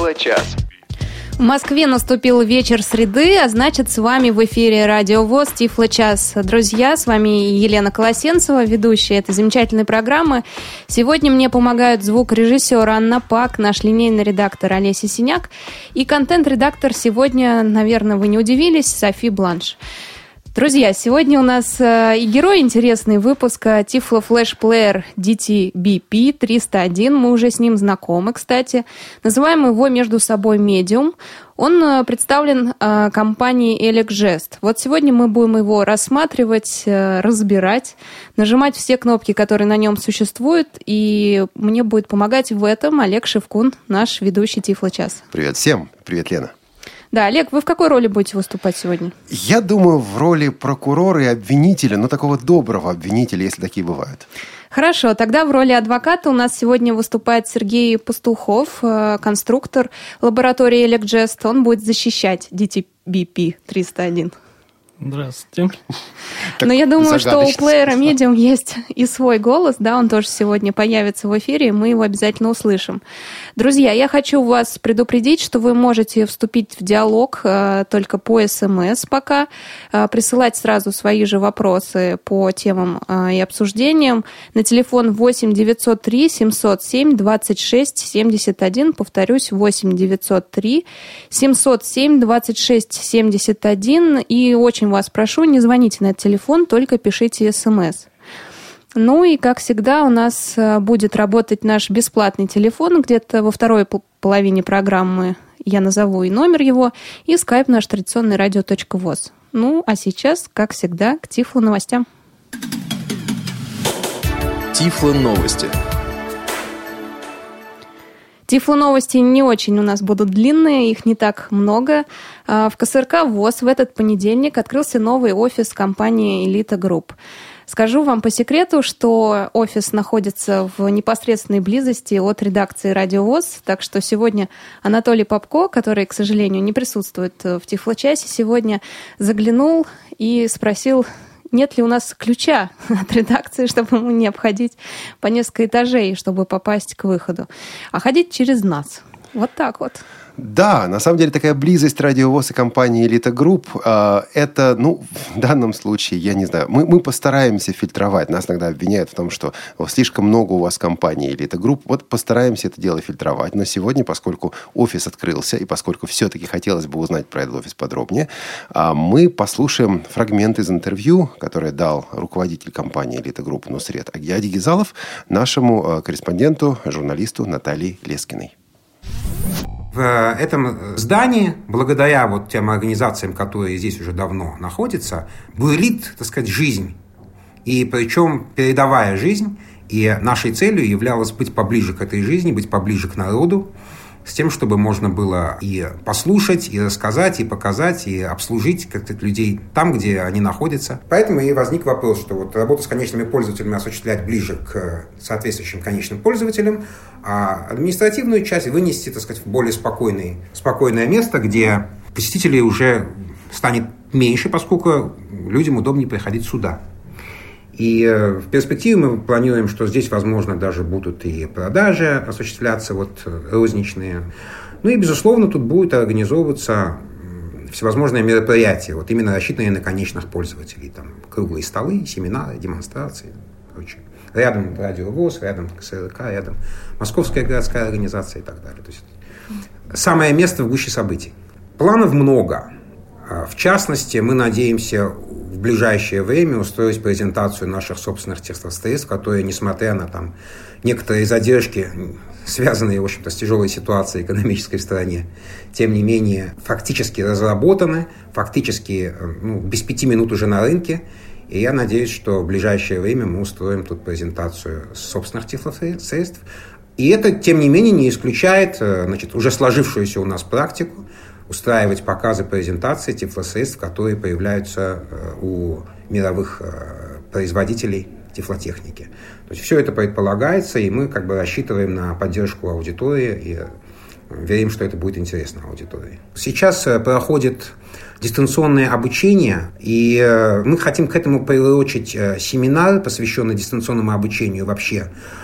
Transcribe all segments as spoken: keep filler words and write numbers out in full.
Тифло-час. В Москве наступил вечер среды, а значит, с вами в эфире Радио ВОС Тифло-час. Друзья, с вами Елена Колосенцева, ведущая этой замечательной программы. Сегодня мне помогают звукорежиссер Анна Пак, наш линейный редактор Олеся Синяк и контент-редактор сегодня, наверное, вы не удивились, Софи Бланш. Друзья, сегодня у нас э, и герой интересный выпуска Тифло Флэш Плеер ди ти би пи триста один. Мы уже с ним знакомы, кстати. Называем его между собой Medium. Он э, представлен э, компанией Elecgest. Вот сегодня мы будем его рассматривать, э, разбирать, нажимать все кнопки, которые на нем существуют. И мне будет помогать в этом Олег Шевкун, наш ведущий Тифло-час. Привет всем. Привет, Лена. Да, Олег, вы в какой роли будете выступать сегодня? Я думаю, в роли прокурора и обвинителя, но такого доброго обвинителя, если такие бывают. Хорошо, тогда в роли адвоката у нас сегодня выступает Сергей Пастухов, конструктор лаборатории Elecgest. Он будет защищать ди ти би пи триста один. Здравствуйте. Но я думаю, что у плеера Medium есть и свой голос, да, он тоже сегодня появится в эфире, и мы его обязательно услышим. Друзья, я хочу вас предупредить, что вы можете вступить в диалог э, только по СМС пока, э, присылать сразу свои же вопросы по темам э, и обсуждениям на телефон восемь девятьсот три семьсот семь двадцать шесть семьдесят один, повторюсь, восемь девятьсот три семьсот семь двадцать шесть семьдесят один, и очень вас прошу, не звоните на этот телефон, только пишите СМС. Ну и, как всегда, у нас будет работать наш бесплатный телефон где-то во второй половине программы. Я назову и номер его, и скайп наш традиционный радио.воз. Ну, а сейчас, как всегда, к Тифло новостям. Тифло новости. Тифло новости не очень у нас будут длинные, их не так много. В ка эс эр ка ВОС в этот понедельник открылся новый офис компании Elite Group. Скажу вам по секрету, что офис находится в непосредственной близости от редакции Радио ВОС, так что сегодня Анатолий Попко, который, к сожалению, не присутствует в Тифло-часе, сегодня заглянул и спросил, нет ли у нас ключа от редакции, чтобы ему не обходить по несколько этажей, чтобы попасть к выходу, а ходить через нас. Вот так вот. Да, на самом деле такая близость Радио ВОС и компании Elite Group, э, это, ну, в данном случае, я не знаю, мы, мы постараемся фильтровать. Нас иногда обвиняют в том, что о, слишком много у вас компаний Elite Group. Вот постараемся это дело фильтровать. Но сегодня, поскольку офис открылся, и поскольку все-таки хотелось бы узнать про этот офис подробнее, э, мы послушаем фрагмент из интервью, которое дал руководитель компании Elite Group Нусрет Агьяди-Гизалов нашему э, корреспонденту, журналисту Наталье Лескиной. В этом здании, благодаря вот тем организациям, которые здесь уже давно находятся, бурлит, так сказать, жизнь. И причем передовая жизнь. И нашей целью являлось быть поближе к этой жизни, быть поближе к народу, с тем, чтобы можно было и послушать, и рассказать, и показать, и обслужить как-то людей там, где они находятся. Поэтому и возник вопрос, что вот работу с конечными пользователями осуществлять ближе к соответствующим конечным пользователям, а административную часть вынести, так сказать, в более спокойное, спокойное место, где посетителей уже станет меньше, поскольку людям удобнее приходить сюда. И в перспективе мы планируем, что здесь, возможно, даже будут и продажи осуществляться, вот, розничные. Ну и, безусловно, тут будут организовываться всевозможные мероприятия, вот именно рассчитанные на конечных пользователей. Там круглые столы, семинары, демонстрации и прочее. Рядом Радио ВОС, рядом ка эс эр ка, рядом Московская городская организация и так далее. То есть самое место в гуще событий. Планов много. В частности, мы надеемся в ближайшее время устроить презентацию наших собственных техсредств, которые, несмотря на там некоторые задержки, связанные, в общем-то, с тяжелой ситуацией экономической в стране, тем не менее, фактически разработаны, фактически, ну, без пяти минут уже на рынке. И я надеюсь, что в ближайшее время мы устроим тут презентацию собственных техсредств. И это, тем не менее, не исключает, значит, уже сложившуюся у нас практику устраивать показы, презентации тифлосредств, которые появляются у мировых производителей тифлотехники. То есть все это предполагается, и мы как бы рассчитываем на поддержку аудитории и верим, что это будет интересно аудитории. Сейчас проходит дистанционное обучение, и мы хотим к этому приурочить семинар, посвященный дистанционному обучению вообще,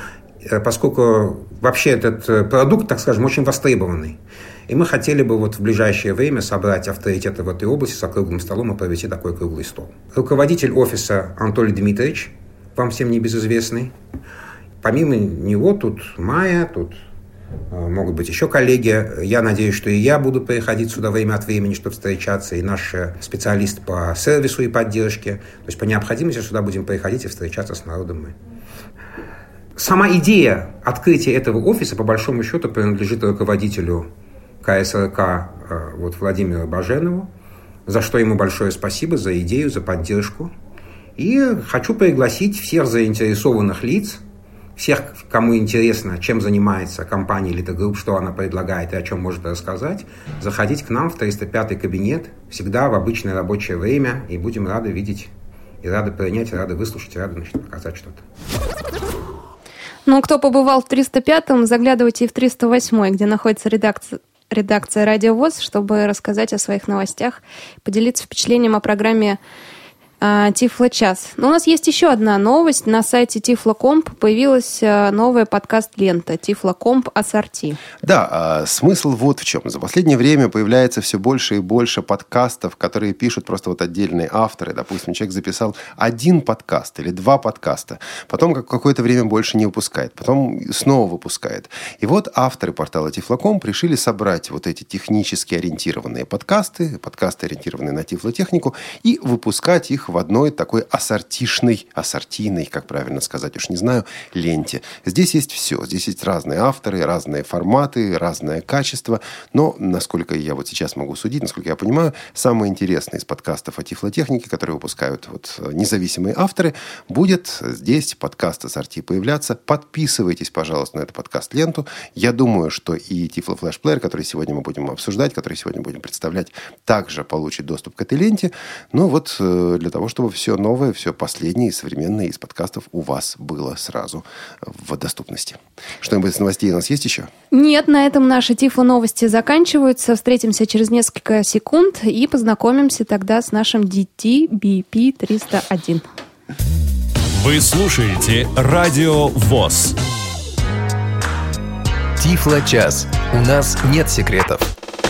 поскольку вообще этот продукт, так скажем, очень востребованный. И мы хотели бы вот в ближайшее время собрать авторитеты в этой области за круглым столом и провести такой круглый стол. Руководитель офиса Анатолий Дмитриевич, вам всем небезызвестный. Помимо него тут Майя, тут могут быть еще коллеги. Я надеюсь, что и я буду приходить сюда время от времени, чтобы встречаться, и наш специалист по сервису и поддержке. То есть по необходимости сюда будем приходить и встречаться с народом мы. Сама идея открытия этого офиса, по большому счету, принадлежит руководителю ка эс эр ка вот, Владимиру Баженову, за что ему большое спасибо, за идею, за поддержку. И хочу пригласить всех заинтересованных лиц, всех, кому интересно, чем занимается компания Elite Group, что она предлагает и о чем может рассказать, заходить к нам в триста пятый кабинет, всегда в обычное рабочее время, и будем рады видеть, и рады принять, и рады выслушать, и рады, значит, показать что-то. Ну, кто побывал в триста пятом, заглядывайте и в триста восьмой, где находится редакция, редакция «Радио ВОС», чтобы рассказать о своих новостях, поделиться впечатлением о программе Тифло-час. Но у нас есть еще одна новость. На сайте Тифло.комп появилась новая подкаст-лента Тифло.комп Ассорти. Да, смысл вот в чем. За последнее время появляется все больше и больше подкастов, которые пишут просто вот отдельные авторы. Допустим, человек записал один подкаст или два подкаста, потом какое-то время больше не выпускает, потом снова выпускает. И вот авторы портала Тифло.комп решили собрать вот эти технически ориентированные подкасты, подкасты, ориентированные на тифлотехнику, и выпускать их в одной такой ассортишной, ассортийной, как правильно сказать, уж не знаю, ленте. Здесь есть все. Здесь есть разные авторы, разные форматы, разное качество. Но, насколько я вот сейчас могу судить, насколько я понимаю, самое интересное из подкастов о тифлотехнике, которые выпускают вот независимые авторы, будет здесь подкаст ассорти появляться. Подписывайтесь, пожалуйста, на эту подкаст-ленту. Я думаю, что и Tiflo Flash Player, который сегодня мы будем обсуждать, который сегодня будем представлять, также получит доступ к этой ленте. Ну вот для того, чтобы все новое, все последнее и современное из подкастов у вас было сразу в доступности. Что-нибудь из новостей у нас есть еще? Нет, на этом наши Тифло-новости заканчиваются. Встретимся через несколько секунд и познакомимся тогда с нашим ди ти би пи триста один. Вы слушаете Радио ВОС. Тифло-час. У нас нет секретов.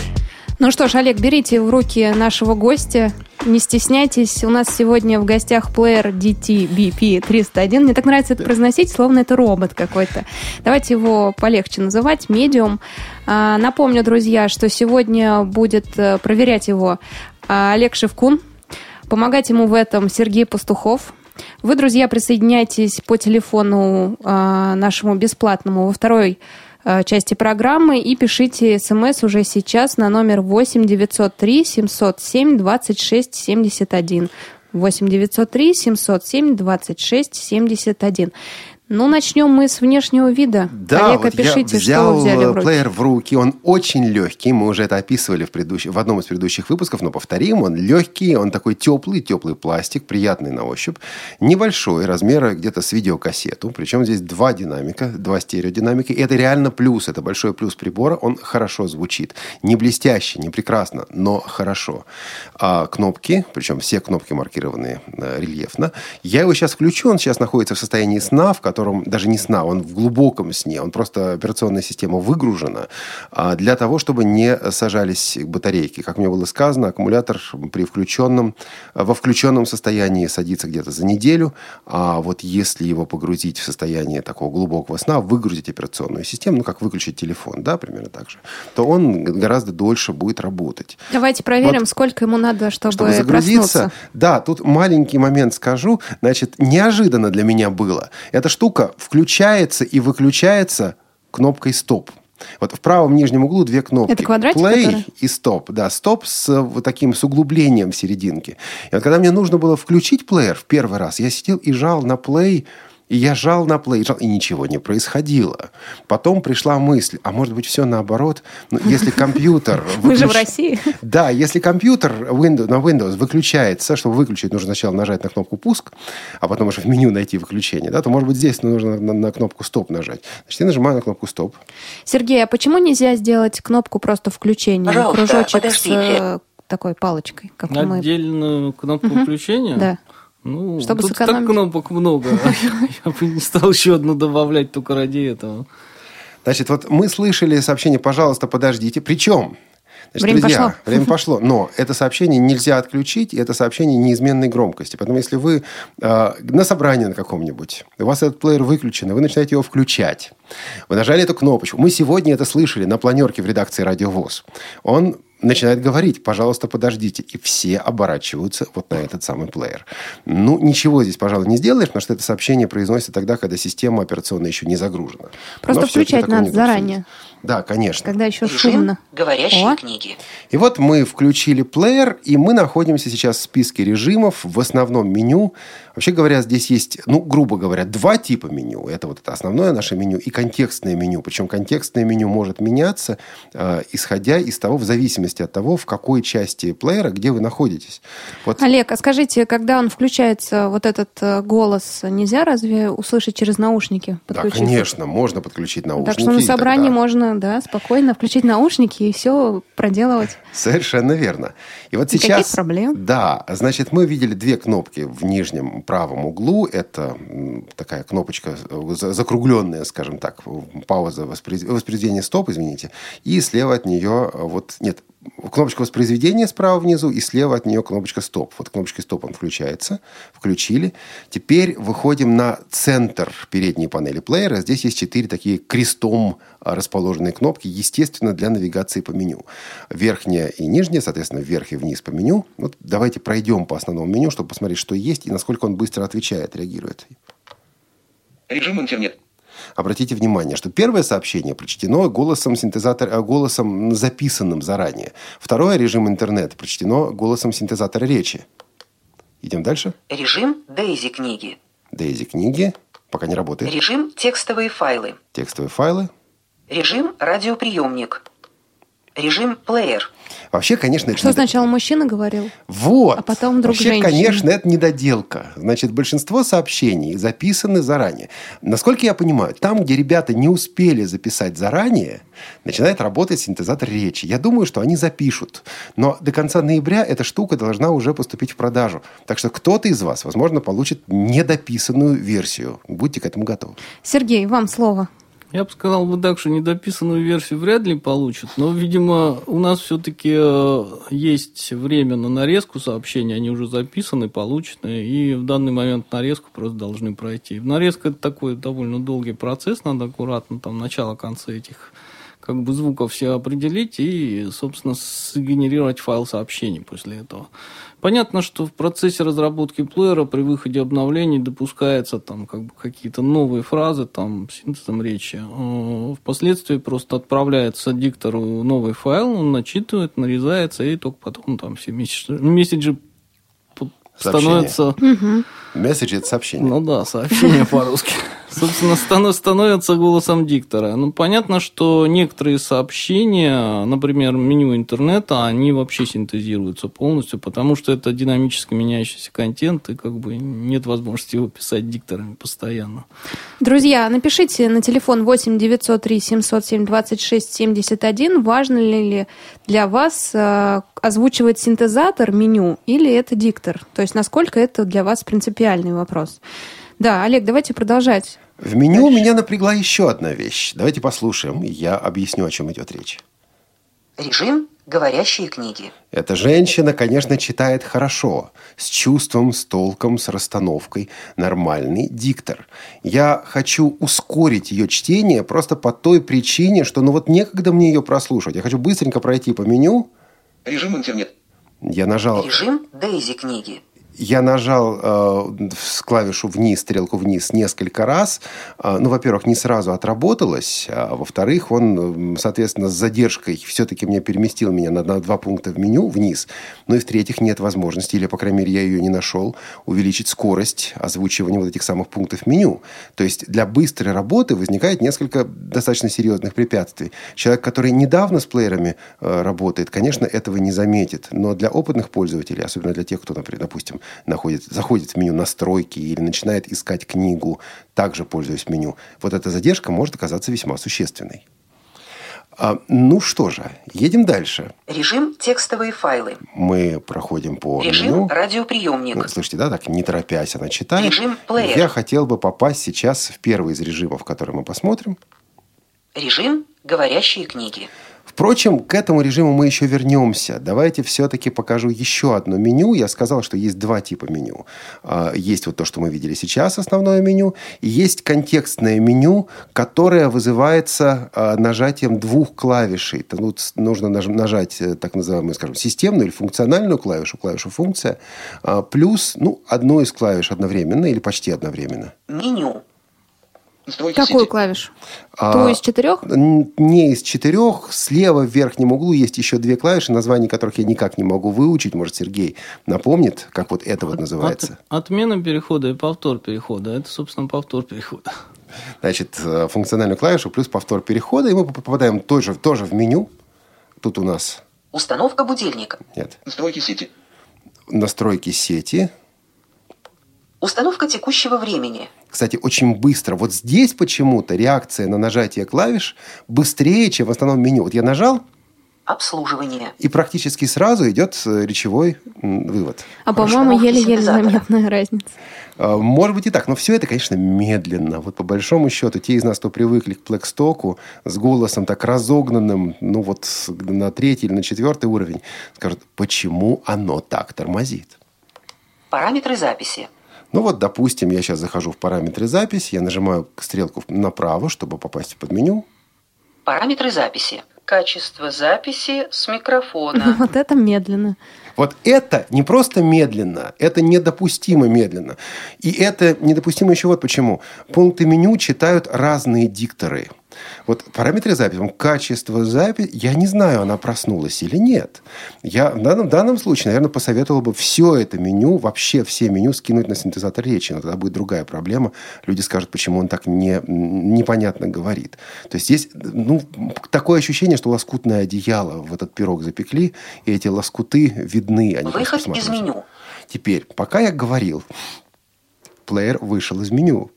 Ну что ж, Олег, берите в руки нашего гостя. Не стесняйтесь, у нас сегодня в гостях плеер ди ти би пи триста один. Мне так нравится это произносить, словно это робот какой-то. Давайте его полегче называть, медиум. А, напомню, друзья, что сегодня будет проверять его Олег Шевкун. Помогать ему в этом Сергей Пастухов. Вы, друзья, присоединяйтесь по телефону а, нашему бесплатному во второй части программы и пишите смс уже сейчас на номер восемь девятьсот три семьсот семь двадцать шесть семьдесят один. восемь девятьсот три семьсот семь двадцать шесть семьдесят один. Ну, начнем мы с внешнего вида. Да, Олег, вот опишите, я взял что вы взяли в руки. Плеер в руки. Он очень легкий. Мы уже это описывали в, предыдущ... в одном из предыдущих выпусков, но повторим. Он легкий, он такой теплый, теплый пластик, приятный на ощупь. Небольшой, размера где-то с видеокассету. Причем здесь два динамика, два стереодинамика. И это реально плюс, это большой плюс прибора. Он хорошо звучит. Не блестяще, не прекрасно, но хорошо. А кнопки, причем все кнопки маркированы рельефно. Я его сейчас включу, он сейчас находится в состоянии сна, в котором даже не сна, он в глубоком сне, он просто, операционная система выгружена для того, чтобы не сажались батарейки. Как мне было сказано, аккумулятор при включенном, во включенном состоянии садится где-то за неделю, а вот если его погрузить в состояние такого глубокого сна, выгрузить операционную систему, ну, как выключить телефон, да, примерно так же, то он гораздо дольше будет работать. Давайте проверим, вот, сколько ему надо, чтобы, чтобы загрузиться. Проснуться. Да, тут маленький момент скажу. Значит, неожиданно для меня было. Эта штука включается и выключается кнопкой «Стоп». Вот в правом нижнем углу две кнопки. Это квадратик, Play который? И стоп. Да, стоп с вот таким с углублением в серединке. И вот когда мне нужно было включить плеер в первый раз, я сидел и жал на play. И я жал на плей, жал, и ничего не происходило. Потом пришла мысль, а может быть, все наоборот? Ну, если компьютер... Мы же в России. Да, если компьютер Windows, на Windows выключается, чтобы выключить, нужно сначала нажать на кнопку «Пуск», а потом уже в меню найти выключение, да, то, может быть, здесь нужно на, на кнопку «Стоп» нажать. Значит, я нажимаю на кнопку «Стоп». Сергей, а почему нельзя сделать кнопку просто включения? Пожалуйста, кружочек подождите. с такой палочкой, как мы... Отдельную кнопку угу. включения? Да. Ну, чтобы тут сэкономить. Так кнопок много. Я бы не стал еще одну добавлять только ради этого. Значит, вот мы слышали сообщение «пожалуйста, подождите». Причем... Значит, время друзья, пошло. Время пошло. Но это сообщение нельзя отключить, и это сообщение неизменной громкости. Поэтому если вы э, на собрании на каком-нибудь, у вас этот плеер выключен, и вы начинаете его включать, вы нажали эту кнопочку. Мы сегодня это слышали на планерке в редакции «Радио ВОС». Он начинает говорить «пожалуйста, подождите». И все оборачиваются вот на этот самый плеер. Ну, ничего здесь, пожалуй, не сделаешь, потому что это сообщение произносится тогда, когда система операционная еще не загружена. Просто включать надо заранее. Да, конечно. Когда еще шумно. Говорящие О. книги. И вот мы включили плеер, и мы находимся сейчас в списке режимов, в основном меню. Вообще говоря, здесь есть, ну, грубо говоря, два типа меню. Это вот это основное наше меню и контекстное меню. Причем контекстное меню может меняться, э, исходя из того, в зависимости от того, в какой части плеера, где вы находитесь. Вот. Олег, а скажите, когда он включается, вот этот голос, нельзя разве услышать через наушники? Да, конечно, можно подключить наушники. Так что на собрании тогда... можно, да, спокойно включить наушники и все проделывать. Совершенно верно. И вот сейчас... Никаких проблем. Да, значит, мы видели две кнопки в нижнем правом углу. Это такая кнопочка закругленная, скажем так, пауза, воспроизведение стоп, извините. И слева от нее, вот, нет, кнопочка воспроизведения справа внизу, и слева от нее кнопочка стоп. Вот кнопочкой стоп он включается. Включили. Теперь выходим на центр передней панели плеера. Здесь есть четыре такие крестом расположенные кнопки, естественно, для навигации по меню. Верхняя и нижняя, соответственно, вверх и вниз по меню. Вот давайте пройдем по основному меню, чтобы посмотреть, что есть и насколько он быстро отвечает, реагирует. Режим интернет. Обратите внимание, что первое сообщение прочтено голосом синтезатора, голосом записанным заранее. Второе, режим интернет, прочтено голосом синтезатора речи. Идем дальше. Режим Дейзи книги. Дейзи книги. Пока не работает. Режим текстовые файлы. Текстовые файлы. Режим радиоприемник. Режим плеер. Вообще, конечно... Это что не... сначала мужчина говорил, вот. А потом вдруг Вообще, женщина. конечно, это недоделка. Значит, большинство сообщений записаны заранее. Насколько я понимаю, там, где ребята не успели записать заранее, начинает работать синтезатор речи. Я думаю, что они запишут. Но до конца ноября эта штука должна уже поступить в продажу. Так что кто-то из вас, возможно, получит недописанную версию. Будьте к этому готовы. Сергей, вам слово. Я бы сказал бы так, что недописанную версию вряд ли получат, но, видимо, у нас все-таки есть время на нарезку сообщений, они уже записаны, получены, и в данный момент нарезку просто должны пройти. Нарезка – это такой довольно долгий процесс, надо аккуратно там начало-конца этих как бы звуков все определить и, собственно, сгенерировать файл сообщений после этого. Понятно, что в процессе разработки плеера при выходе обновлений допускается там как бы какие-то новые фразы там синтезом речи. Впоследствии просто отправляется диктору новый файл, он начитывает, нарезается, и только потом там все месседжи становятся... Месседж – это сообщение. Ну да, сообщение по-русски. Собственно, становятся голосом диктора. Ну, понятно, что некоторые сообщения, например, меню интернета, они вообще синтезируются полностью, потому что это динамически меняющийся контент, и как бы нет возможности его писать дикторами постоянно. Друзья, напишите на телефон восемь девятьсот три семьсот семь двадцать шесть семьдесят один, важно ли для вас э, озвучивать синтезатор меню или это диктор. То есть, насколько это для вас принципиальный вопрос. Да, Олег, давайте продолжать. В меню Дальше. Меня напрягла еще одна вещь. Давайте послушаем, я объясню, о чем идет речь. Режим говорящие книги. Эта женщина, конечно, читает хорошо, с чувством, с толком, с расстановкой. Нормальный диктор. Я хочу ускорить ее чтение просто по той причине, что ну вот некогда мне ее прослушать. Я хочу быстренько пройти по меню. Режим интернет. Я нажал... Режим Дейзи книги. Я нажал э, клавишу вниз, стрелку вниз несколько раз. Э, ну, во-первых, не сразу отработалось. А во-вторых, он, соответственно, с задержкой все-таки мне переместил меня на, на два пункта в меню вниз. Ну и в-третьих, нет возможности, или, по крайней мере, я ее не нашел, увеличить скорость озвучивания вот этих самых пунктов меню. То есть для быстрой работы возникает несколько достаточно серьезных препятствий. Человек, который недавно с плеерами э, работает, конечно, этого не заметит. Но для опытных пользователей, особенно для тех, кто, например, допустим, находит, заходит в меню настройки или начинает искать книгу, также пользуясь меню, вот эта задержка может оказаться весьма существенной. А, ну что же, едем дальше. Режим текстовые файлы. Мы проходим по Режим меню. радиоприемник. Ну, слушайте, да, так не торопясь она читает. Режим плеер. Я хотел бы попасть сейчас в первый из режимов, который мы посмотрим. Режим говорящие книги. Впрочем, к этому режиму мы еще вернемся. Давайте все-таки покажу еще одно меню. Я сказал, что есть два типа меню. Есть вот то, что мы видели сейчас, основное меню. И есть контекстное меню, которое вызывается нажатием двух клавишей. Тут нужно нажать так называемую, скажем, системную или функциональную клавишу, клавишу функция, плюс ну, одну из клавиш одновременно или почти одновременно. Меню. Какую клавишу? А, Ту из четырех? Не из четырех. Слева в верхнем углу есть еще две клавиши, названия которых я никак не могу выучить. Может, Сергей напомнит, как вот это вот называется? От, отмена перехода и повтор перехода. Это, собственно, повтор перехода. Значит, функциональную клавишу плюс повтор перехода. И мы попадаем тоже, тоже в меню. Тут у нас... Установка будильника. Нет. Настройки сети. Настройки сети. Установка текущего времени. Кстати, очень быстро. Вот здесь почему-то реакция на нажатие клавиш быстрее, чем в основном меню. Вот я нажал, обслуживание. И практически сразу идет речевой вывод. А, по-моему, еле-еле заметная разница. Может быть и так, но все это, конечно, медленно. Вот по большому счету, те из нас, кто привыкли к Плэкстоку, с голосом так разогнанным, ну вот на третий или на четвертый уровень, скажут, почему оно так тормозит. Параметры записи. Ну вот, допустим, я сейчас захожу в параметры записи, я нажимаю стрелку направо, чтобы попасть в подменю. Параметры записи. Качество записи с микрофона. Вот это медленно. Вот это не просто медленно, это недопустимо медленно. И это недопустимо еще вот почему. Пункты меню читают разные дикторы. Вот параметры записи, качество записи, я не знаю, она проснулась или нет. Я в данном, в данном случае, наверное, посоветовал бы все это меню, вообще все меню скинуть на синтезатор речи. Но тогда будет другая проблема. Люди скажут, почему он так не, непонятно говорит. То есть есть ну, такое ощущение, что лоскутное одеяло в этот пирог запекли, и эти лоскуты видны. Они Выход из меню. Теперь, пока я говорил, плеер вышел из меню.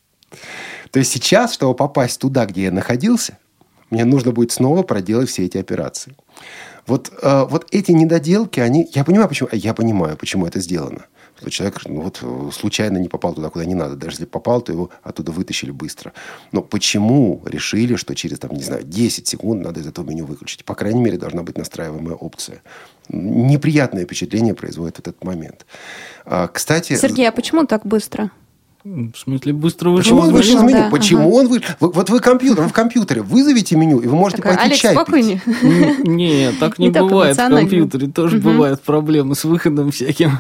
То есть сейчас, чтобы попасть туда, где я находился, мне нужно будет снова проделать все эти операции. Вот, э, вот эти недоделки, они... Я понимаю, почему, я понимаю, почему это сделано. Что человек ну, вот, случайно не попал туда, куда не надо. Даже если попал, то его оттуда вытащили быстро. Но почему решили, что через, там, не знаю, десять секунд надо из этого меню выключить? По крайней мере, должна быть настраиваемая опция. Неприятное впечатление производит этот момент. А, кстати... Сергей, а почему так быстро? В смысле, быстро вышел? Почему он вышел из меню? Да, Почему ага. он вышел? Вот вы компьютер, вы в компьютере вызовите меню, и вы можете Такая, пойти Алекс, чай спокойнее. пить. Нет, так не бывает в компьютере. Тоже бывают проблемы с выходом всяким.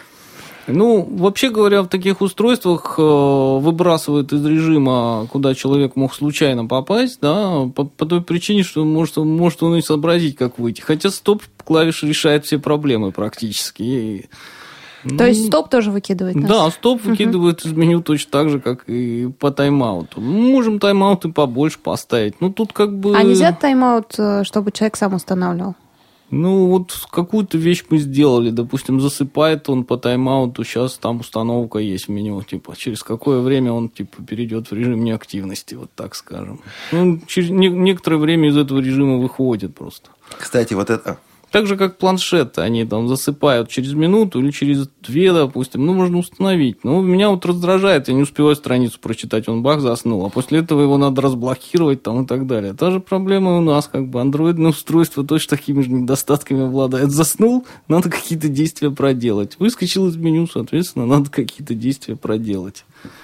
Ну, вообще говоря, в таких устройствах выбрасывают из режима, куда человек мог случайно попасть, да, по, по той причине, что может, может он и сообразить, как выйти. Хотя стоп-клавиша решает все проблемы практически. То есть стоп тоже выкидывает нас? Да, стоп выкидывает из меню точно так же, как и по тайм-ауту. Можем тайм-ауты побольше поставить. Ну, тут как бы... А нельзя тайм-аут, чтобы человек сам устанавливал? Ну, вот какую-то вещь мы сделали. Допустим, засыпает он по тайм-ауту, сейчас там установка есть в меню. Типа, через какое время он типа перейдет в режим неактивности, вот так скажем. Ну, через не- некоторое время из этого режима выходит просто. Кстати, вот это... Так же, как планшеты, они там засыпают через минуту или через две, допустим, ну, можно установить. Но меня вот раздражает, я не успеваю страницу прочитать, он бах, заснул, а после этого его надо разблокировать там и так далее. Та же проблема и у нас, как бы, андроидное устройство точно такими же недостатками обладает. Заснул, надо какие-то действия проделать. Выскочил из меню, соответственно, надо какие-то действия проделать.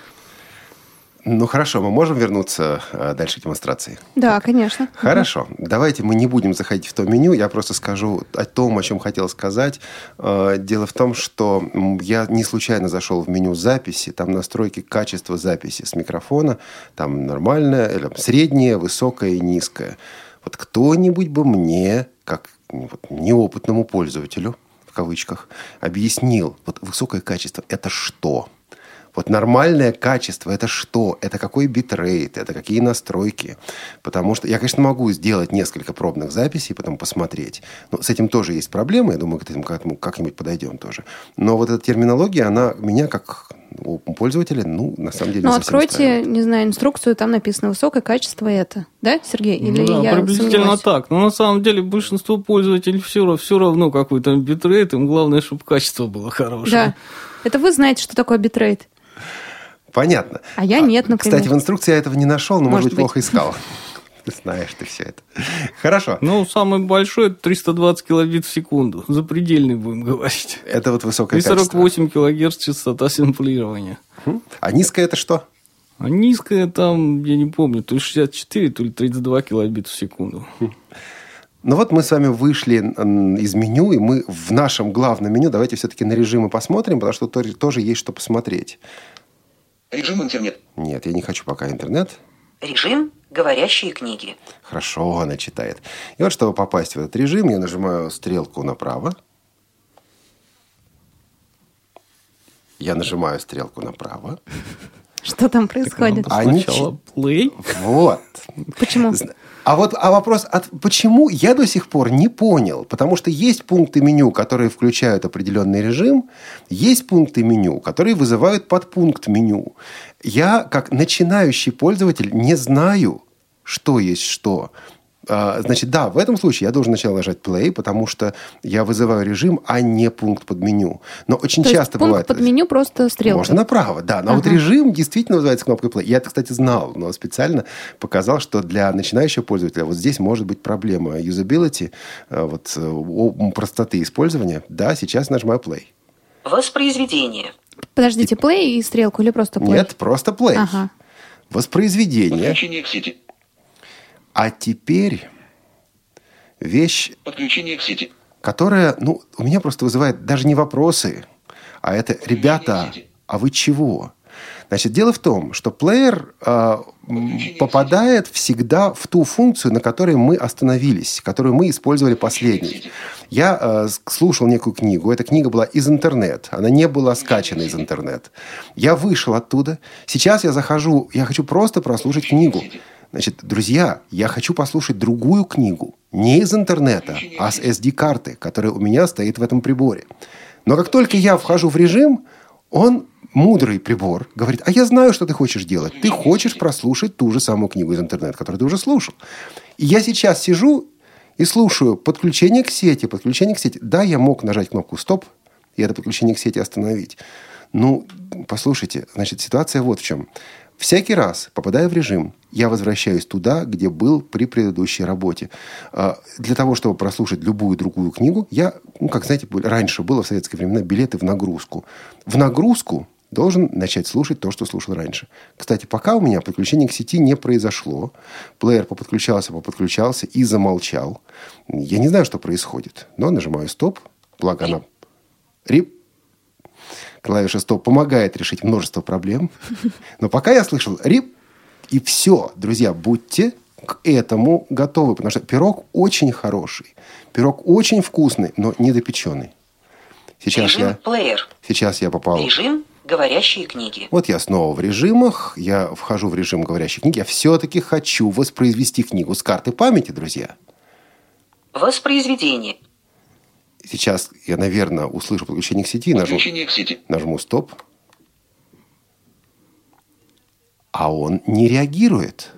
Ну, хорошо, мы можем вернуться дальше к демонстрации? Да, конечно. Хорошо. Давайте мы не будем заходить в то меню. Я просто скажу о том, о чем хотел сказать. Дело в том, что я не случайно зашел в меню записи. Там настройки качества записи с микрофона. Там нормальное, среднее, высокое и низкое. Вот кто-нибудь бы мне, как вот, неопытному пользователю, в кавычках, объяснил, вот высокое качество – это что? Вот нормальное качество – это что? Это какой битрейт? Это какие настройки? Потому что я, конечно, могу сделать несколько пробных записей, потом посмотреть. Но с этим тоже есть проблемы. Я думаю, к этому как-нибудь подойдем тоже. Но вот эта терминология, она меня как у пользователя, ну, на самом деле, ну, не совсем откройте, устраивает. Не знаю, инструкцию, там написано «высокое качество» это. Да, Сергей? Или ну, да, я приблизительно сомневаюсь? так. Но на самом деле большинство пользователей все, все равно какой там битрейт, им главное, чтобы качество было хорошее. Да. Это вы знаете, что такое битрейт? Понятно. А я нет, например. Кстати, в инструкции я этого не нашел, но, может, Может быть, плохо искал. Ты знаешь ты все это. Хорошо. Ну, самый большой – это триста двадцать килобит в секунду. Запредельный, будем говорить. Это вот высокое И качество. сорок восемь килогерц частота сэмплирования. А низкое это что? А низкое там, я не помню, то ли шестьдесят четыре, то ли тридцать два килобита в секунду. Ну вот мы с вами вышли из меню, и мы в нашем главном меню, давайте все-таки на режимы посмотрим, потому что тоже, тоже есть что посмотреть. Режим интернет. Нет, я не хочу пока интернет. Режим «Говорящие книги». Хорошо, она читает. И вот, чтобы попасть в этот режим, я нажимаю стрелку направо. Я нажимаю стрелку направо. Что там происходит? А Сначала play. Вот. Почему? А вот а вопрос, от, почему, я до сих пор не понял. Потому что есть пункты меню, которые включают определенный режим, есть пункты меню, которые вызывают подпункт меню. Я, как начинающий пользователь, не знаю, что есть что. Значит, да, в этом случае я должен сначала нажать play, потому что я вызываю режим, а не пункт под меню. Но очень То часто есть пункт бывает... под меню просто стрелка? Можно направо, да. Но ага. вот режим действительно вызывается кнопкой play. Я это, кстати, знал, но специально показал, что для начинающего пользователя вот здесь может быть проблема юзабилити, вот, простоты использования. Да, сейчас нажимаю play. Воспроизведение. Подождите, play и стрелку или просто play? Нет, просто play. Ага. Воспроизведение. Подключение к сети. А теперь вещь, Подключение к сети. которая, ну, у меня просто вызывает даже не вопросы, а это, ребята, а вы чего? Значит, дело в том, что плеер э, попадает всегда в ту функцию, на которой мы остановились, которую мы использовали последней. Я э, слушал некую книгу. Эта книга была из интернета. Она не была скачана из интернета. Я вышел оттуда. Сейчас я захожу, я хочу просто прослушать книгу. Значит, друзья, я хочу послушать другую книгу. Не из интернета, а с эс ди-карты, которая у меня стоит в этом приборе. Но как только я вхожу в режим, он, мудрый прибор, говорит, а я знаю, что ты хочешь делать. Ты хочешь прослушать ту же самую книгу из интернета, которую ты уже слушал. И я сейчас сижу и слушаю подключение к сети, подключение к сети. Да, я мог нажать кнопку «Стоп» и это подключение к сети остановить. Ну, послушайте, значит, ситуация вот в чем. Всякий раз, попадая в режим, я возвращаюсь туда, где был при предыдущей работе. Для того, чтобы прослушать любую другую книгу, я, ну, как знаете, раньше было в советские времена билеты в нагрузку. В нагрузку должен начать слушать то, что слушал раньше. Кстати, пока у меня подключение к сети не произошло. Плеер поподключался, поподключался и замолчал. Я не знаю, что происходит, но нажимаю «Стоп». Благо она... Рип. Клавиша «Стоп» помогает решить множество проблем. Но пока я слышал «рип», и все, друзья, будьте к этому готовы. Потому что пирог очень хороший. Пирог очень вкусный, но недопеченный. Сейчас Режим я, плеер. сейчас я попал... Режим «Говорящие книги». Вот я снова в режимах. Я вхожу в режим говорящей книги. Я все-таки хочу воспроизвести книгу с карты памяти, друзья. Воспроизведение. Сейчас я, наверное, услышу подключение к сети. Подключение нажму, к сети. Нажму «Стоп». А он не реагирует.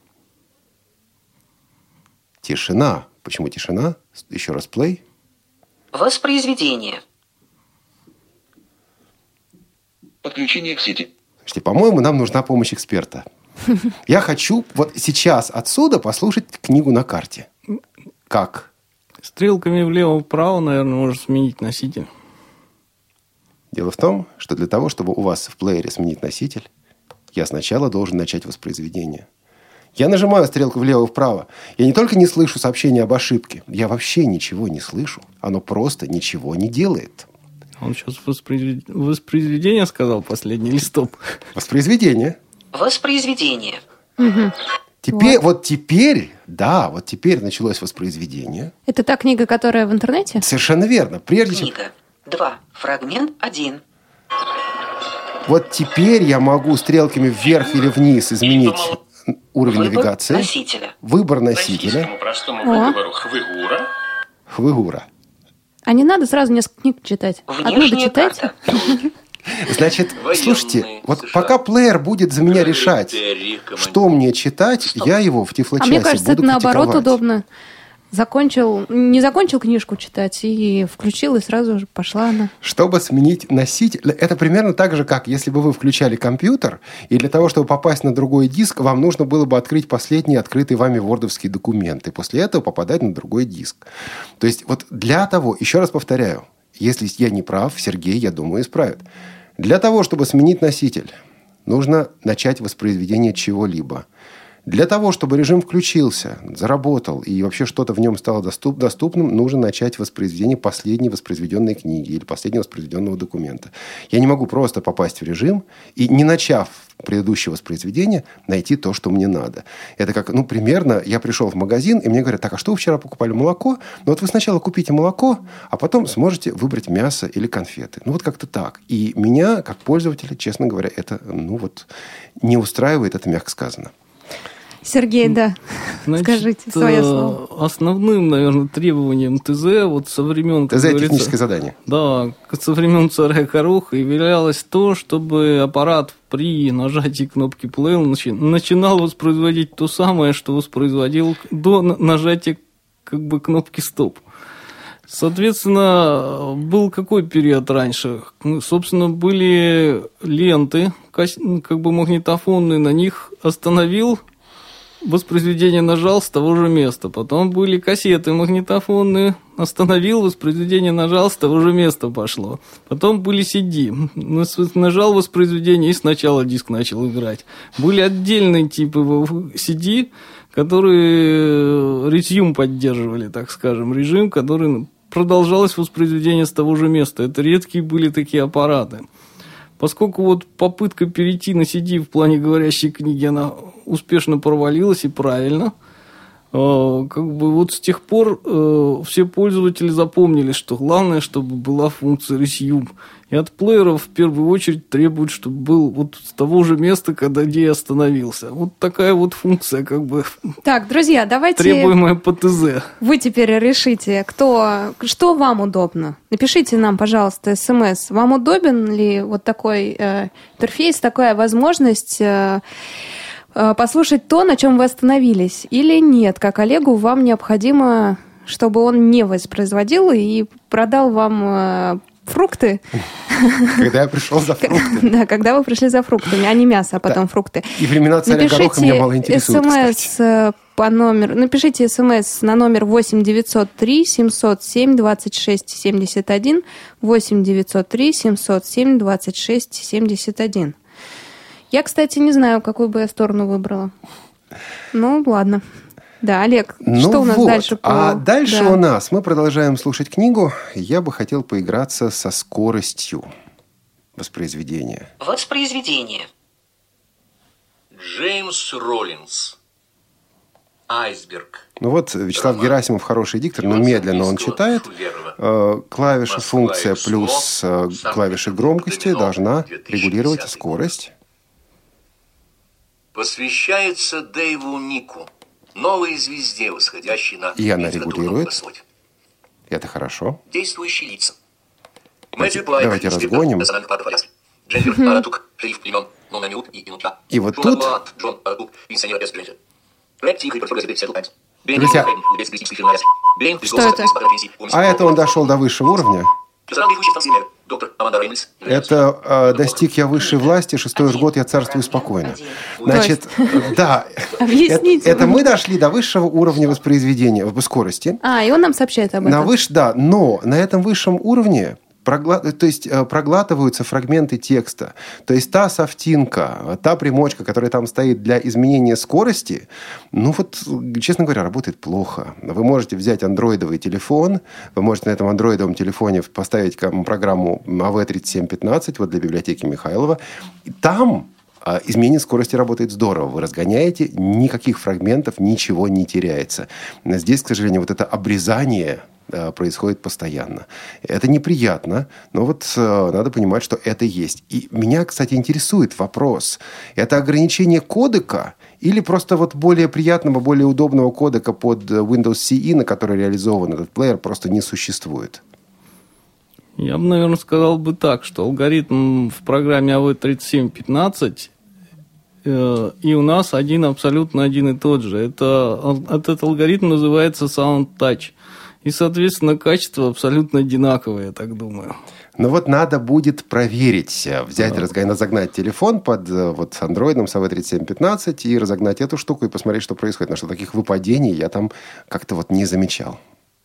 Тишина. Почему тишина? Еще раз плей. Воспроизведение. Подключение к сети. Слушайте, по-моему, нам нужна помощь эксперта. Я хочу вот сейчас отсюда послушать книгу на карте. Как? Стрелками влево-вправо, наверное, можно сменить носитель. Дело в том, что для того, чтобы у вас в плеере сменить носитель, я сначала должен начать воспроизведение. Я нажимаю стрелку влево-вправо. Я не только не слышу сообщения об ошибке, я вообще ничего не слышу. Оно просто ничего не делает. Он сейчас воспроизвед... воспроизведение сказал последний или стоп? Воспроизведение. Воспроизведение. Угу. Теперь, вот. вот теперь, да, вот теперь началось воспроизведение. Это та книга, которая в интернете? Совершенно верно. Прежде чем... Книга. два. Фрагмент один. Вот теперь я могу стрелками вверх или вниз изменить уровень Выбор навигации. носителя. Выбор носителя. По простому О. выговору хвыгура. Хвыгура. А не надо сразу несколько книг читать. Одну Внешняя дочитайте. карта. Значит, Военные слушайте, вот США. пока плеер будет за меня решать, что мне читать, я его в А тифлочасе мне кажется, буду это наоборот критиковать. удобно. Закончил, не закончил книжку читать и включил, и сразу же пошла она. Чтобы сменить носитель, это примерно так же, как если бы вы включали компьютер, и для того, чтобы попасть на другой диск, вам нужно было бы открыть последний открытый вами вордовский документ, и после этого попадать на другой диск. То есть вот для того, еще раз повторяю, если я не прав, Сергей, я думаю, исправит. Для того, чтобы сменить носитель, нужно начать воспроизведение чего-либо. Для того, чтобы режим включился, заработал и вообще что-то в нем стало доступ, доступным, нужно начать воспроизведение последней воспроизведенной книги или последнего воспроизведенного документа. Я не могу просто попасть в режим и, не начав предыдущее воспроизведение, найти то, что мне надо. Это как, ну, примерно, я пришел в магазин, и мне говорят, так, а что вы вчера покупали? Молоко? Ну, вот вы сначала купите молоко, а потом сможете выбрать мясо или конфеты. Ну, вот как-то так. И меня, как пользователя, честно говоря, это, ну, вот, не устраивает, это мягко сказано. Сергей, да, Значит, скажите свое слово. Основным, наверное, требованием ТЗ вот со времен... ТЗ – техническое задание. Да, со времен царя Гороха являлось то, чтобы аппарат при нажатии кнопки play начи- начинал воспроизводить то самое, что воспроизводил до нажатия как бы кнопки стоп. Соответственно, был какой период раньше? Ну, собственно, были ленты, как бы магнитофонные, на них остановил, воспроизведение нажал с того же места. Потом были кассеты магнитофонные, остановил, воспроизведение нажал, с того же места пошло. Потом были си ди, нажал воспроизведение и сначала диск начал играть. Были отдельные типы си ди, которые резюм поддерживали, так скажем, режим, который продолжалось воспроизведение с того же места. Это редкие были такие аппараты. Поскольку вот попытка перейти на си ди в плане говорящей книги, она успешно провалилась и правильно, как бы вот с тех пор все пользователи запомнили, что главное, чтобы была функция resume. И от плееров в первую очередь требуют, чтобы был вот с того же места, когда где я остановился. Вот такая вот функция, как бы. Так, друзья, давайте... Требуемая по ТЗ. Вы теперь решите, кто, что вам удобно. Напишите нам, пожалуйста, смс. Вам удобен ли вот такой э, интерфейс, такая возможность э, э, послушать то, на чем вы остановились? Или нет, как Олегу, вам необходимо, чтобы он не воспроизводил и продал вам... Э, фрукты. Когда я пришел за фруктами. Да, когда вы пришли за фруктами, а не мясо, а потом фрукты. И времена царя Гороха меня мало интересуют, смс по номеру, напишите смс на номер восемь девятьсот три семьсот семь двадцать шесть семьдесят один, восемь девятьсот три семьсот семь двадцать шесть семьдесят один. Я, кстати, не знаю, какую бы я сторону выбрала. Ну, ладно. Да, Олег, ну что у нас вот. дальше? По... А дальше да. у нас, мы продолжаем слушать книгу. Я бы хотел поиграться со скоростью воспроизведения. Воспроизведение. Джеймс Роллинс. Айсберг. Ну вот, Вячеслав Герасимов хороший диктор, но медленно он читает. Клавиша функция плюс клавиши громкости должна регулировать скорость. Посвящается Дэйву Нику, новой звезде, восходящей на и она регулирует. Это хорошо. Действующие лица. Давайте, давайте разгоним. И вот тут... Друзья, что это? А это он дошел до высшего уровня. Это э, достиг я высшей власти, шестой уж год я царствую спокойно. Значит, да, это, это мы дошли до высшего уровня воспроизведения, скорости. А, и он нам сообщает об этом. На выш... Да, но на этом высшем уровне прогла... то есть, проглатываются фрагменты текста. То есть та софтинка, та примочка, которая там стоит для изменения скорости, ну вот, честно говоря, работает плохо. Вы можете взять андроидовый телефон, вы можете на этом андроидовом телефоне поставить программу эй ви тридцать семь пятнадцать, вот для библиотеки Михайлова. И там изменение скорости работает здорово. Вы разгоняете, никаких фрагментов, ничего не теряется. Здесь, к сожалению, вот это обрезание происходит постоянно. Это неприятно, но вот надо понимать, что это есть. И меня, кстати, интересует вопрос. Это ограничение кодека или просто вот более приятного, более удобного кодека под Windows си и, на который реализован этот плеер, просто не существует? Я бы, наверное, сказал бы так, что алгоритм в программе эй ви тридцать семь пятнадцать э, и у нас один абсолютно один и тот же. Это, этот алгоритм называется Sound Touch. И, соответственно, качество абсолютно одинаковое, я так думаю. Ну вот надо будет проверить, взять, да. разгонять, разогнать телефон под вот андроидом с эй ви тридцать семь пятнадцать и разогнать эту штуку и посмотреть, что происходит. Потому что таких выпадений я там как-то вот не замечал.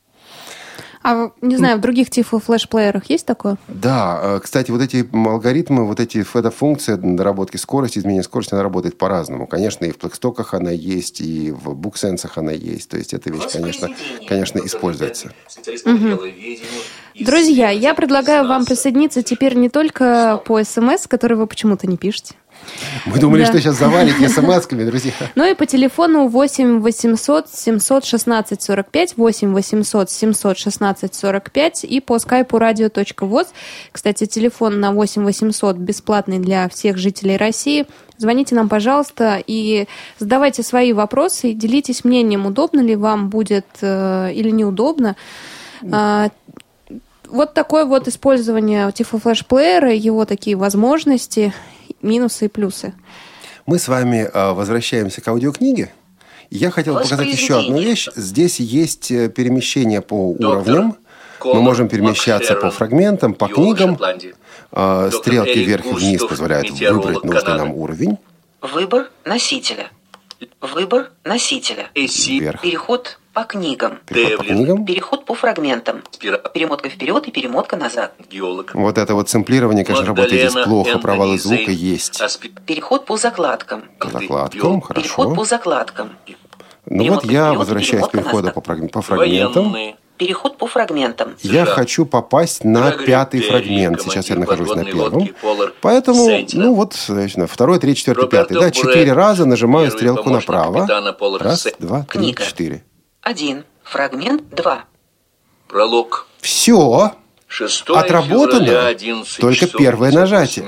А, не знаю, в других тифло-флеш-плеерах есть такое? Да. Кстати, вот эти алгоритмы, вот эти, эта функция доработки скорости, изменения скорости, она работает по-разному. Конечно, и в Плэкстоках она есть, и в буксенсах она есть. То есть, эта вещь, конечно, конечно используется. Угу. Друзья, я предлагаю вам присоединиться теперь не только по СМС, которые вы почему-то не пишете. Мы думали, да. что сейчас завалите смс-ками, друзья. Ну и по телефону восемь восемьсот семьсот шестнадцать сорок пять, восемь восемьсот семьсот шестнадцать сорок пять и по скайпу radio.voz. Кстати, телефон на восемь восемьсот бесплатный для всех жителей России. Звоните нам, пожалуйста, и задавайте свои вопросы, делитесь мнением, удобно ли вам будет э, или неудобно. Э, вот такое вот использование тифло-флеш-плеера, его такие возможности, минусы и плюсы. Мы с вами э, возвращаемся к аудиокниге. Я хотел показать еще одну вещь. Здесь есть перемещение по уровням. Мы можем перемещаться по фрагментам, по книгам. Э, стрелки вверх и вниз позволяют выбрать нужный нам уровень. Выбор носителя. Выбор носителя. Вверх. Переход по книгам. Переход по книгам. Переход по фрагментам. Перемотка вперед и перемотка назад. Вот это вот сэмплирование, конечно, работает здесь плохо. Провалы звука есть. Переход по закладкам. По закладкам, хорошо. Переход по закладкам. Ну вот я возвращаюсь к переходу по, по фрагментам. Переход по фрагментам. Я хочу попасть на пятый фрагмент. Сейчас я нахожусь на первом. Поэтому, ну вот, второй, третий, четвертый, пятый. Да, четыре раза нажимаю стрелку направо. Раз, два, три, четыре. Один. Фрагмент два. Пролог. Все. Отработано. Только первое нажатие.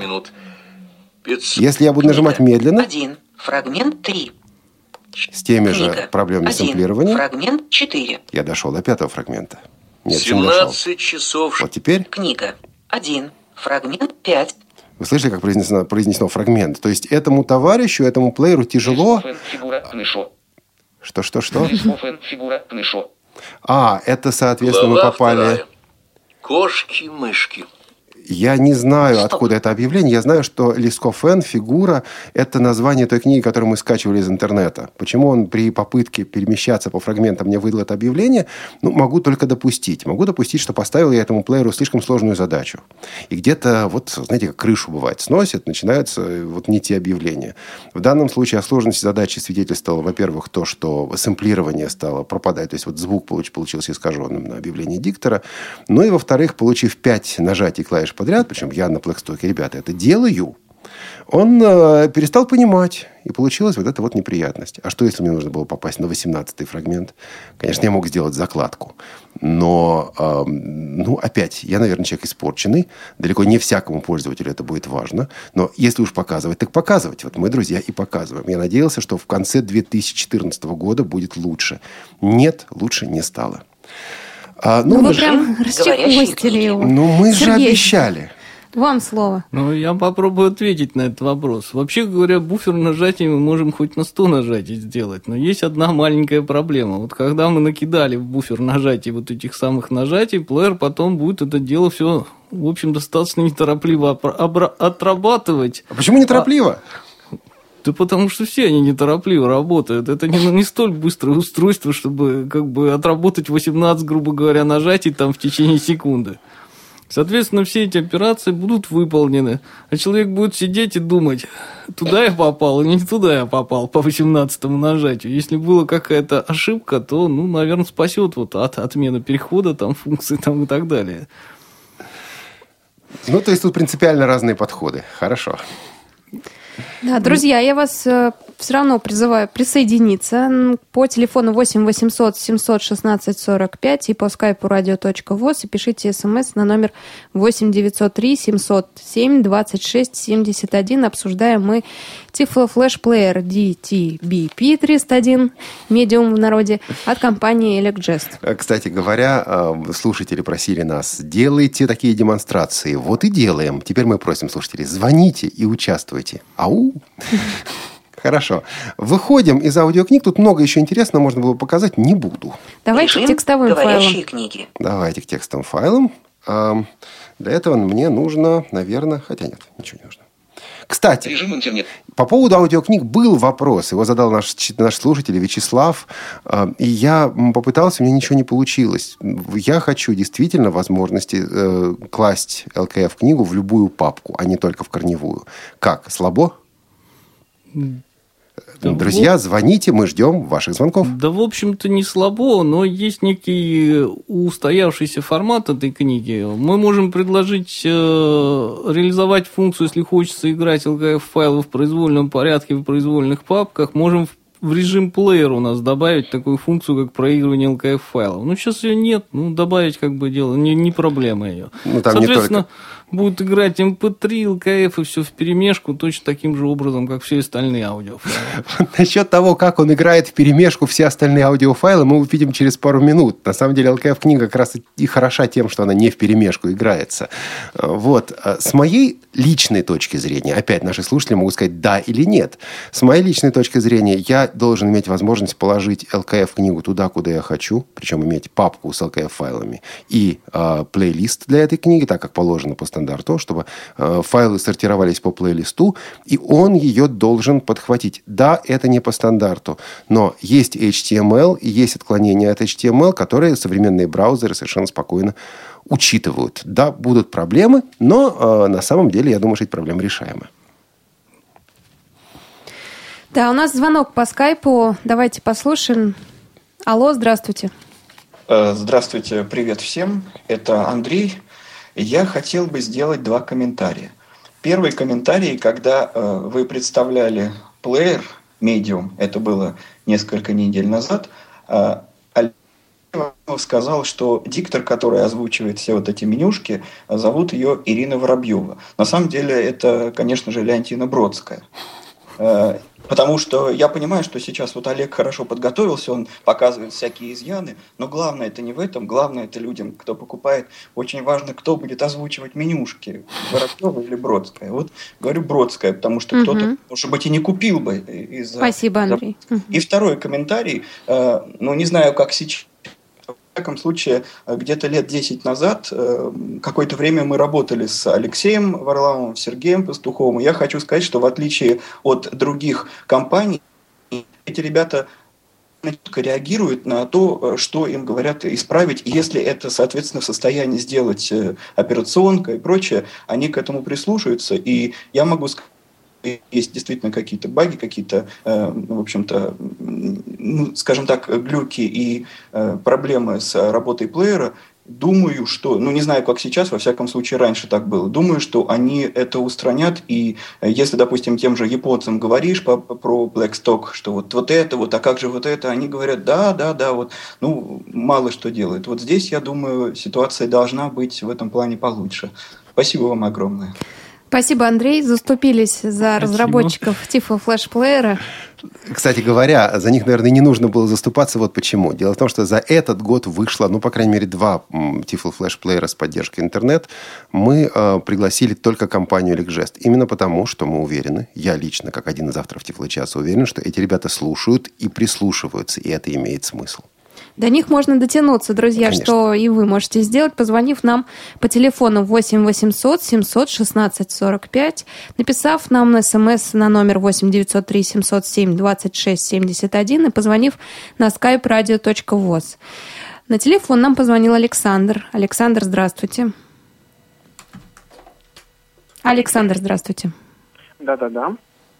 Если я буду нажимать медленно. Один. Фрагмент три. С теми Книга. же проблемами Один. сэмплирования. Фрагмент четыре. Я дошел до пятого фрагмента. Нет, семнадцать часов. Вот теперь. Книга. Один. Фрагмент пять. Вы слышали, как произнесено, произнесено фрагмент? То есть этому товарищу, этому плееру тяжело. Что, что, что? А, это, соответственно, Глава мы попали. Вторая. Кошки-мышки. Я не знаю, Что? откуда это объявление. Я знаю, что Лискофен, фигура, это название той книги, которую мы скачивали из интернета. Почему он при попытке перемещаться по фрагментам мне выдал это объявление? Ну, могу только допустить. Могу допустить, что поставил я этому плееру слишком сложную задачу. И где-то, вот, знаете, как крышу бывает, сносит, начинаются вот не те объявления. В данном случае о сложности задачи свидетельствовало, во-первых, то, что сэмплирование стало пропадать. То есть, вот звук получился искаженным на объявлении диктора. Ну и, во-вторых, получив пять нажатий клавиш подряд, причем я на Плэкстоке, ребята, это делаю, он э, перестал понимать. И получилась вот эта вот неприятность. А что, если мне нужно было попасть на восемнадцатый фрагмент? Конечно, я мог сделать закладку. Но, э, ну, опять, я, наверное, человек испорченный. Далеко не всякому пользователю это будет важно. Но если уж показывать, так показывать. Вот мы, друзья, и показываем. Я надеялся, что в конце две тысячи четырнадцатого года будет лучше. Нет, лучше не стало. А, ну, ну вы же... прям расчехвостили его. Ну, мы Сергей, же обещали. Вам слово. Ну, я попробую ответить на этот вопрос. Вообще говоря, буфер нажатий мы можем хоть на сто нажатий сделать, но есть одна маленькая проблема. Вот когда мы накидали в буфер нажатий вот этих самых нажатий, плеер потом будет это дело все, в общем, достаточно неторопливо отрабатывать. А почему неторопливо? А... Да потому что все они неторопливо работают. Это не, не столь быстрое устройство, чтобы как бы отработать восемнадцать, грубо говоря, нажатий там в течение секунды. Соответственно, все эти операции будут выполнены. А человек будет сидеть и думать, туда я попал или не туда я попал по восемнадцатому нажатию. Если была какая-то ошибка, то, ну, наверное, спасет вот от отмены перехода, там, функции там, и так далее. Ну, то есть тут принципиально разные подходы. Хорошо. Да, друзья, я вас э, все равно призываю присоединиться по телефону восемь восемьсот семьсот шестнадцать сорок пять и по скайпу радио.воз и пишите смс на номер восемь девятьсот три семьсот семь двадцать шесть семьдесят один. Обсуждаем мы Tiflo Flash Player ди ти би пи триста один, медиум в народе, от компании Elecgest. Кстати говоря, слушатели просили нас, делайте такие демонстрации. Вот и делаем. Теперь мы просим слушателей, звоните и участвуйте. Ау! Хорошо. Выходим из аудиокниг. Тут много еще интересного можно было показать. Не буду. Давайте к текстовым файлам. Книги. Давайте к текстовым файлам. Для этого мне нужно, наверное... Хотя нет, ничего не нужно. Кстати, Режим интернет. По поводу аудиокниг был вопрос. Его задал наш, наш слушатель Вячеслав. И я попытался, у меня ничего не получилось. Я хочу действительно возможности э, класть эл кей эф-книгу в любую папку, а не только в корневую. Как? Слабо? Да, друзья, звоните, мы ждем ваших звонков. Да, в общем-то, не слабо, но есть некий устоявшийся формат этой книги. Мы можем предложить э, реализовать функцию, если хочется играть эл кей эф-файлы в произвольном порядке в произвольных папках. Можем в режим плеер у нас добавить такую функцию, как проигрывание эл кей эф-файлов. Ну, сейчас ее нет, ну, добавить как бы дело, не, не проблема ее. Ну, там соответственно, не только... будет играть эм пэ три, эл кей эф и все вперемешку точно таким же образом, как все остальные аудиофайлы. Насчет того, как он играет вперемешку все остальные аудиофайлы, мы увидим через пару минут. На самом деле эл кей эф-книга как раз и хороша тем, что она не вперемешку играется. Вот. С моей личной точки зрения, опять наши слушатели могут сказать да или нет. С моей личной точки зрения, я должен иметь возможность положить эл кей эф-книгу туда, куда я хочу, причем иметь папку с эл кей эф-файлами и э, плейлист для этой книги, так как положено по стандарту, чтобы э, файлы сортировались по плейлисту, и он ее должен подхватить. Да, это не по стандарту, но есть эйч ти эм эл и есть отклонения от эйч ти эм эл, которые современные браузеры совершенно спокойно учитывают. Да, будут проблемы, но э, на самом деле, я думаю, что эти проблемы решаемы. Да, у нас звонок по скайпу. Давайте послушаем. Алло, здравствуйте. Здравствуйте, привет всем. Это Андрей. Я хотел бы сделать два комментария. Первый комментарий, когда э, вы представляли плеер Medium, это было несколько недель назад, э, Алексей сказал, что диктор, который озвучивает все вот эти менюшки, зовут ее Ирина Воробьева. На самом деле это, конечно же, Леонтина Бродская. Э, Потому что я понимаю, что сейчас вот Олег хорошо подготовился, он показывает всякие изъяны, но главное это не в этом, главное это людям, кто покупает, очень важно, кто будет озвучивать менюшки, Воробьева или Бродская. Вот говорю Бродская, потому что угу. кто-то, может быть, и не купил бы из-за... Спасибо, Андрей. И второй комментарий, ну не знаю, как сейчас... В всяком случае, где-то лет десять назад какое-то время мы работали с Алексеем Варламовым, Сергеем Пастуховым. И я хочу сказать, что в отличие от других компаний, эти ребята четко реагируют на то, что им говорят исправить. И если это, соответственно, в состоянии сделать операционка и прочее, они к этому прислушаются. И я могу сказать, есть действительно какие-то баги, какие-то, э, в общем-то, ну, скажем так, глюки и э, проблемы с работой плеера. Думаю, что, ну не знаю, как сейчас, во всяком случае раньше так было, думаю, что они это устранят, и если, допустим, тем же японцам говоришь по, про Blackstock, что вот, вот это, вот, а как же вот это, они говорят, да, да, да, вот, ну, мало что делают. Вот здесь, я думаю, ситуация должна быть в этом плане получше. Спасибо вам огромное. Спасибо, Андрей. Заступились за Спасибо. разработчиков Tiflo Flash Player. Кстати говоря, за них, наверное, не нужно было заступаться. Вот почему. Дело в том, что за этот год вышло, ну, по крайней мере, два Tiflo Flash Player с поддержкой интернет. Мы э, пригласили только компанию Elecgest. Именно потому, что мы уверены, я лично, как один из авторов Tiflo часа, уверен, что эти ребята слушают и прислушиваются, и это имеет смысл. До них можно дотянуться, друзья, Конечно. Что и вы можете сделать, позвонив нам по телефону восемь восемьсот семьсот шестнадцать сорок пять, написав нам на смс на номер восемь девятьсот три семьсот семь двадцать шесть семьдесят один и позвонив на skype radio.voz. На телефон нам позвонил Александр. Александр, здравствуйте. Александр, здравствуйте. Да-да-да.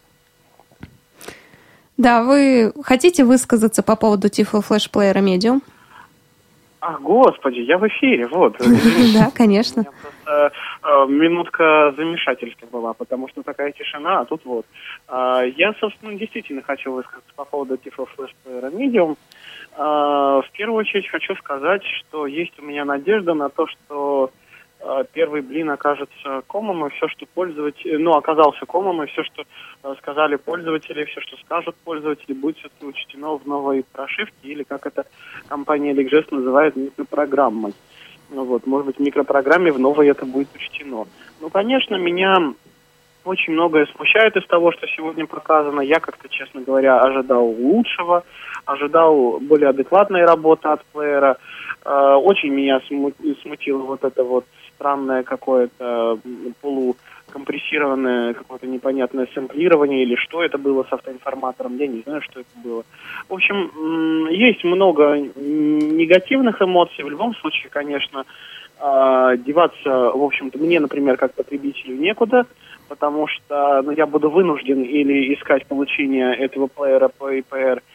Да, вы хотите высказаться по поводу Tiflo Flash Player Medium? Ах, господи, я в эфире, вот. Да, конечно. минутка замешательства была, потому что такая тишина, а тут вот. Я, собственно, действительно хочу высказаться по поводу Tiflo Flash Player Medium. В первую очередь хочу сказать, что есть у меня надежда на то, что первый блин окажется комом, и все, что пользователь, ну, оказался комом, и все, что сказали пользователи, все, что скажут пользователи, будет все-таки учтено в новой прошивке, или, как это компания Elecgest называет, микропрограммой. Ну, вот, может быть, в микропрограмме в новой это будет учтено. Ну, конечно, меня очень многое смущает из того, что сегодня показано. Я, как-то, честно говоря, ожидал лучшего, ожидал более адекватной работы от плеера. Очень меня смутило вот это вот странное какое-то полукомпрессированное, какое-то непонятное сэмплирование, или что это было с автоинформатором, я не знаю, что это было. В общем, есть много негативных эмоций. В любом случае, конечно, деваться, в общем-то, мне, например, как потребителю некуда, потому что ну, я буду вынужден или искать получение этого плеера по и пи эр,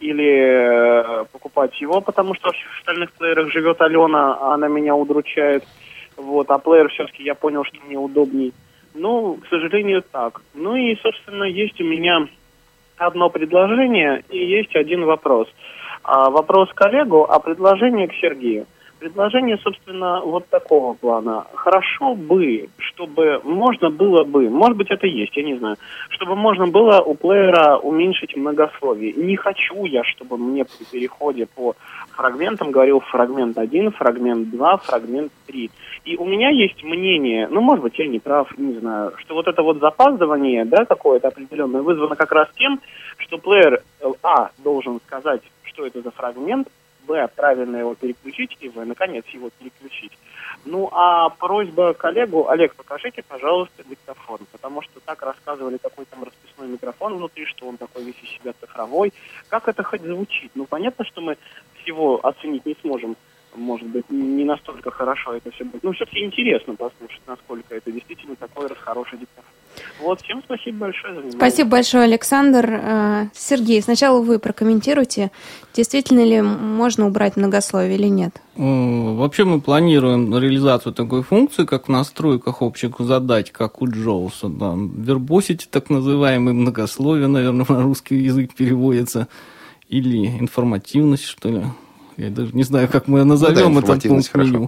или покупать его, потому что в остальных плеерах живет Алена, а она меня удручает. Вот, а плеер все-таки я понял, что мне удобней. Ну, к сожалению, так. Ну и, собственно, есть у меня одно предложение и есть один вопрос. А, вопрос к Олегу, а предложение к Сергею. Предложение, собственно, вот такого плана. Хорошо бы, чтобы можно было бы, может быть, это есть, я не знаю, чтобы можно было у плеера уменьшить многословие. Не хочу я, чтобы мне при переходе по фрагментам говорил фрагмент один, фрагмент два, фрагмент три. И у меня есть мнение, ну, может быть, я не прав, не знаю, что вот это вот запаздывание, да, какое-то определенное, вызвано как раз тем, что плеер, а, должен сказать, что это за фрагмент, б, правильно его переключить, и в, наконец, его переключить. Ну, а просьба коллегу: Олег, покажите, пожалуйста, диктофон, потому что так рассказывали, какой там расписной микрофон внутри, что он такой весь из себя цифровой. Как это хоть звучит? Ну, понятно, что мы всего оценить не сможем, может быть, не настолько хорошо это все будет. Ну, все-таки интересно послушать, насколько это действительно такой раз хороший диктофон. Вот, всем спасибо большое за внимание. Спасибо большое, Александр. Сергей, сначала вы прокомментируйте, действительно ли можно убрать многословие или нет? Вообще мы планируем реализацию такой функции, как в настройках общих задач, как у Джоуса. Да. Verbosity, так называемый, многословие, наверное, на русский язык переводится, или информативность, что ли. Я даже не знаю, как мы назовем ну, да, этот пункт меню.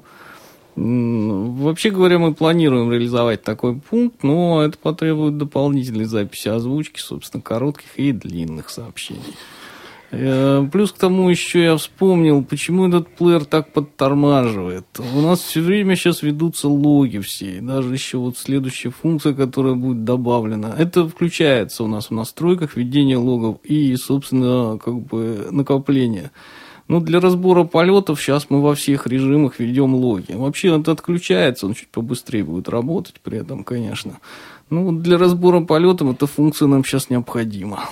Вообще говоря, мы планируем реализовать такой пункт, но это потребует дополнительной записи озвучки, собственно, коротких и длинных сообщений. Плюс к тому еще я вспомнил, почему этот плеер так подтормаживает. У нас все время сейчас ведутся логи все, и даже еще вот следующая функция, которая будет добавлена, это включается у нас в настройках введение логов и, собственно, как бы накопление. Ну, для разбора полетов сейчас мы во всех режимах ведем логи. Вообще это отключается, он чуть побыстрее будет работать при этом, конечно. Ну, для разбора полетов эта функция нам сейчас необходима.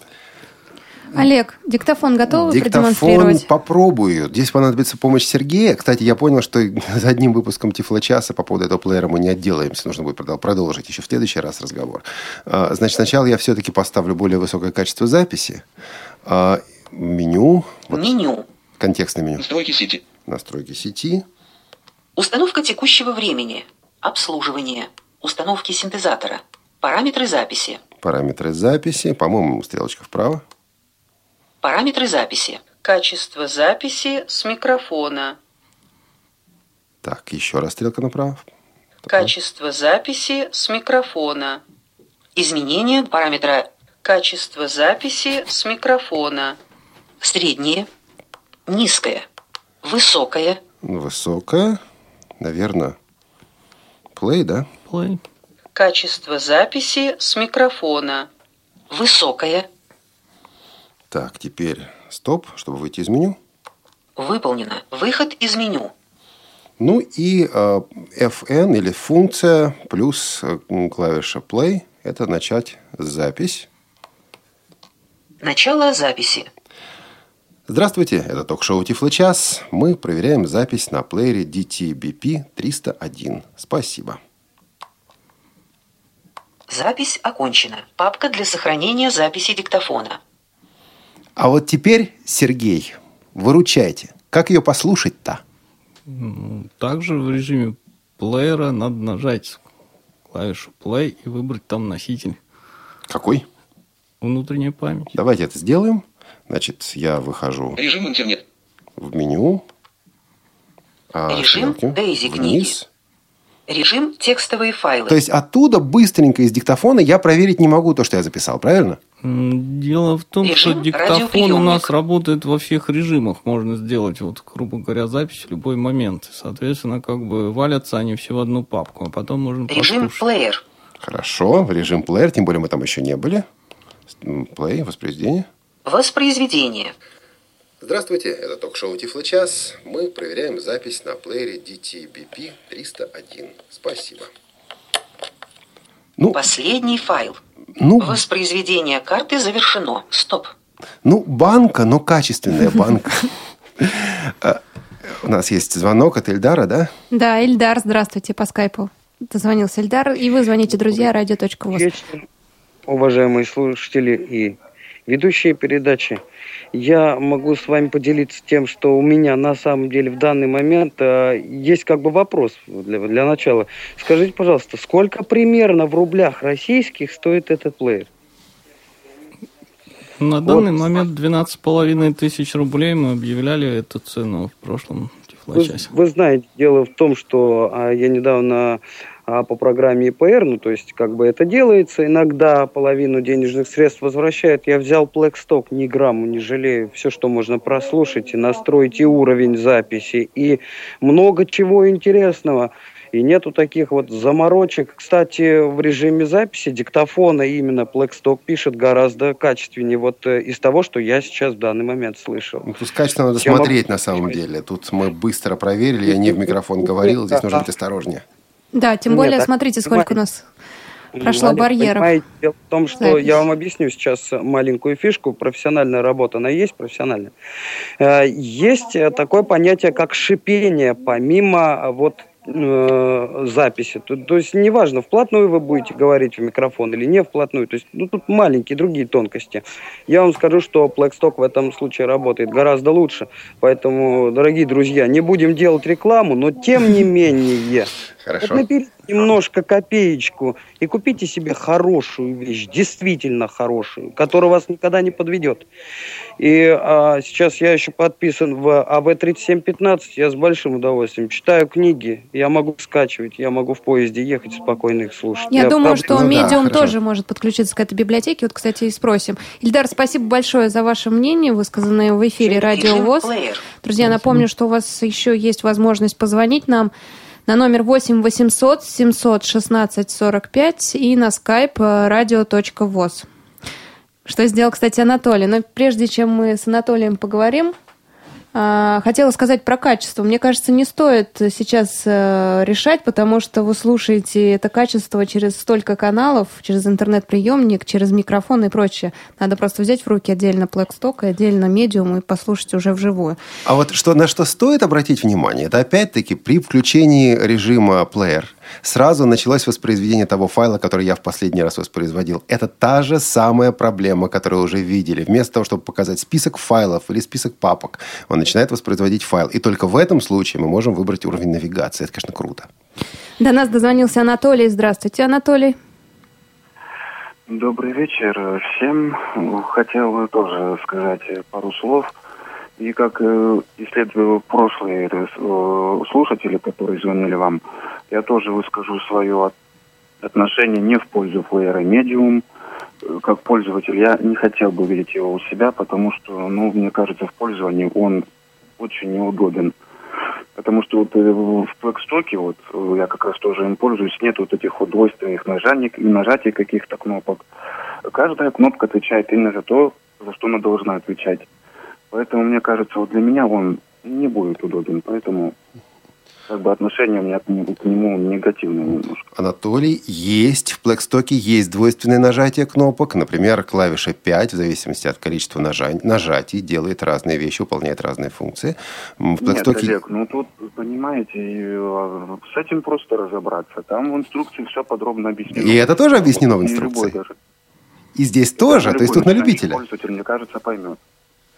Олег, диктофон готовы диктофон продемонстрировать? Попробую. Здесь понадобится помощь Сергея. Кстати, я понял, что за одним выпуском Тифлочаса по поводу этого плеера мы не отделаемся. Нужно будет продолжить еще в следующий раз разговор. Значит, сначала я все-таки поставлю более высокое качество записи. Меню. Вот, меню. Контекстное меню. Настройки сети. Настройки сети. Установка текущего времени. Обслуживание. Установки синтезатора. Параметры записи. Параметры записи. По-моему, стрелочка вправо. Параметры записи. Качество записи с микрофона. Так, еще раз стрелка направо. Качество записи с микрофона. Изменение параметра качество записи с микрофона. Среднее, низкое, высокое. Высокое, наверное, play, да? Play. Качество записи с микрофона. Высокое. Так, теперь стоп, чтобы выйти из меню. Выполнено. Выход из меню. Ну и э, эф эн или функция плюс клавиша play – это начать запись. Начало записи. Здравствуйте, это ток-шоу Тифлочас. Мы проверяем запись на плеере ди ти би пи триста один. Спасибо. Запись окончена. Папка для сохранения записи диктофона. А вот теперь, Сергей, выручайте. Как ее послушать-то? Также в режиме плеера надо нажать клавишу play и выбрать там носитель. Какой? Внутренняя память. Давайте это сделаем. Значит, я выхожу Режим интернет. в меню. А, Режим Дейзи книги. Режим текстовые файлы. То есть оттуда быстренько из диктофона я проверить не могу то, что я записал, правильно? Дело в том, Режим что диктофон у нас работает во всех режимах. Можно сделать, вот, грубо говоря, запись в любой момент. Соответственно, как бы валятся они все в одну папку, а потом можно Режим послушать. плеер. Хорошо, режим плеер, тем более мы там еще не были. Плей, воспроизведение. Воспроизведение. Здравствуйте, это ток-шоу Тифлочас. Мы проверяем запись на плеере ди ти би пи триста один. Спасибо. Ну, Последний файл. Ну, Воспроизведение карты завершено. Стоп. Ну, банка, но качественная банка. У нас есть звонок от Ильдара, да? Да, Ильдар, здравствуйте, по скайпу. Дозвонился Ильдар, и вы звоните, друзья, радио.воз. Уважаемые слушатели и ведущие передачи, я могу с вами поделиться тем, что у меня на самом деле в данный момент э, есть как бы вопрос для, для начала. Скажите, пожалуйста, сколько примерно в рублях российских стоит этот плеер? На данный вот. момент двенадцать с половиной тысяч рублей мы объявляли эту цену в прошлом Тифлочасе. Вы, вы знаете, дело в том, что а, я недавно а, по программе и пэ эр, ну то есть как бы это делается, иногда половину денежных средств возвращают. Я взял Blackstock, ни грамму не жалею, все, что можно прослушать и настроить, и уровень записи, и много чего интересного. И нету таких вот заморочек. Кстати, в режиме записи диктофона именно Blackstock пишет гораздо качественнее вот из того, что я сейчас в данный момент слышал. Ну, тут качественно надо Чем смотреть на самом деле. Тут мы быстро проверили, я не в микрофон говорил, здесь нужно быть осторожнее. Да, тем более, Нет, смотрите, сколько у нас прошло барьеров. Понимаете, дело в том, что запись. Я вам объясню сейчас маленькую фишку. Профессиональная работа, она есть профессиональная. Есть такое понятие, как шипение, помимо вот записи. То, то есть неважно, вплотную вы будете говорить в микрофон или не вплотную. То есть ну, тут маленькие другие тонкости. Я вам скажу, что Blackstock в этом случае работает гораздо лучше. Поэтому, дорогие друзья, не будем делать рекламу, но тем не менее, вот наберите немножко копеечку и купите себе хорошую вещь, действительно хорошую, которая вас никогда не подведет. И а, сейчас я еще подписан в а вэ тридцать семь пятнадцать, я с большим удовольствием читаю книги, я могу скачивать, я могу в поезде ехать спокойно их слушать. Я, я думаю, проблем... что Medium ну, да, тоже может подключиться к этой библиотеке. Вот, кстати, и спросим. Ильдар, спасибо большое за ваше мнение, высказанное в эфире Радио ВОС. Друзья, напомню, что у вас еще есть возможность позвонить нам на номер восемь восемьсот семьсот шестнадцать сорок пять и на skype radio.voz. Что сделал, кстати, Анатолий. Но прежде чем мы с Анатолием поговорим, хотела сказать про качество. Мне кажется, не стоит сейчас решать, потому что вы слушаете это качество через столько каналов, через интернет-приемник, через микрофон и прочее. Надо просто взять в руки отдельно Blackstock и отдельно Medium и послушать уже вживую. А вот что, на что стоит обратить внимание, это опять-таки при включении режима плеер сразу началось воспроизведение того файла, который я в последний раз воспроизводил. Это та же самая проблема, которую уже видели. Вместо того, чтобы показать список файлов или список папок, он начинает воспроизводить файл. И только в этом случае мы можем выбрать уровень навигации. Это, конечно, круто. До нас дозвонился Анатолий. Здравствуйте, Анатолий. Добрый вечер всем. Хотел тоже сказать пару слов. И как исследовали прошлые слушатели, которые звонили вам, я тоже выскажу свое отношение не в пользу плеера Medium. Как пользователь я не хотел бы видеть его у себя, потому что, ну, мне кажется, в пользовании он очень неудобен. Потому что вот в Blackstock, вот я как раз тоже им пользуюсь, нет вот этих вот двойственных нажатий, нажатий каких-то кнопок. Каждая кнопка отвечает именно за то, за что она должна отвечать. Поэтому, мне кажется, вот для меня он не будет удобен. Поэтому как бы отношение у меня к нему, к нему негативное немножко. Анатолий, есть в Blackstock есть двойственное нажатие кнопок. Например, клавиша пять, в зависимости от количества нажа- нажатий, делает разные вещи, выполняет разные функции. В Blackstock... Нет, Олег, ну тут, понимаете, с этим просто разобраться. Там в инструкции все подробно объяснено. И это тоже объяснено в инструкции? И здесь тоже? То есть тут на любителя? Пользователь, мне кажется, поймет.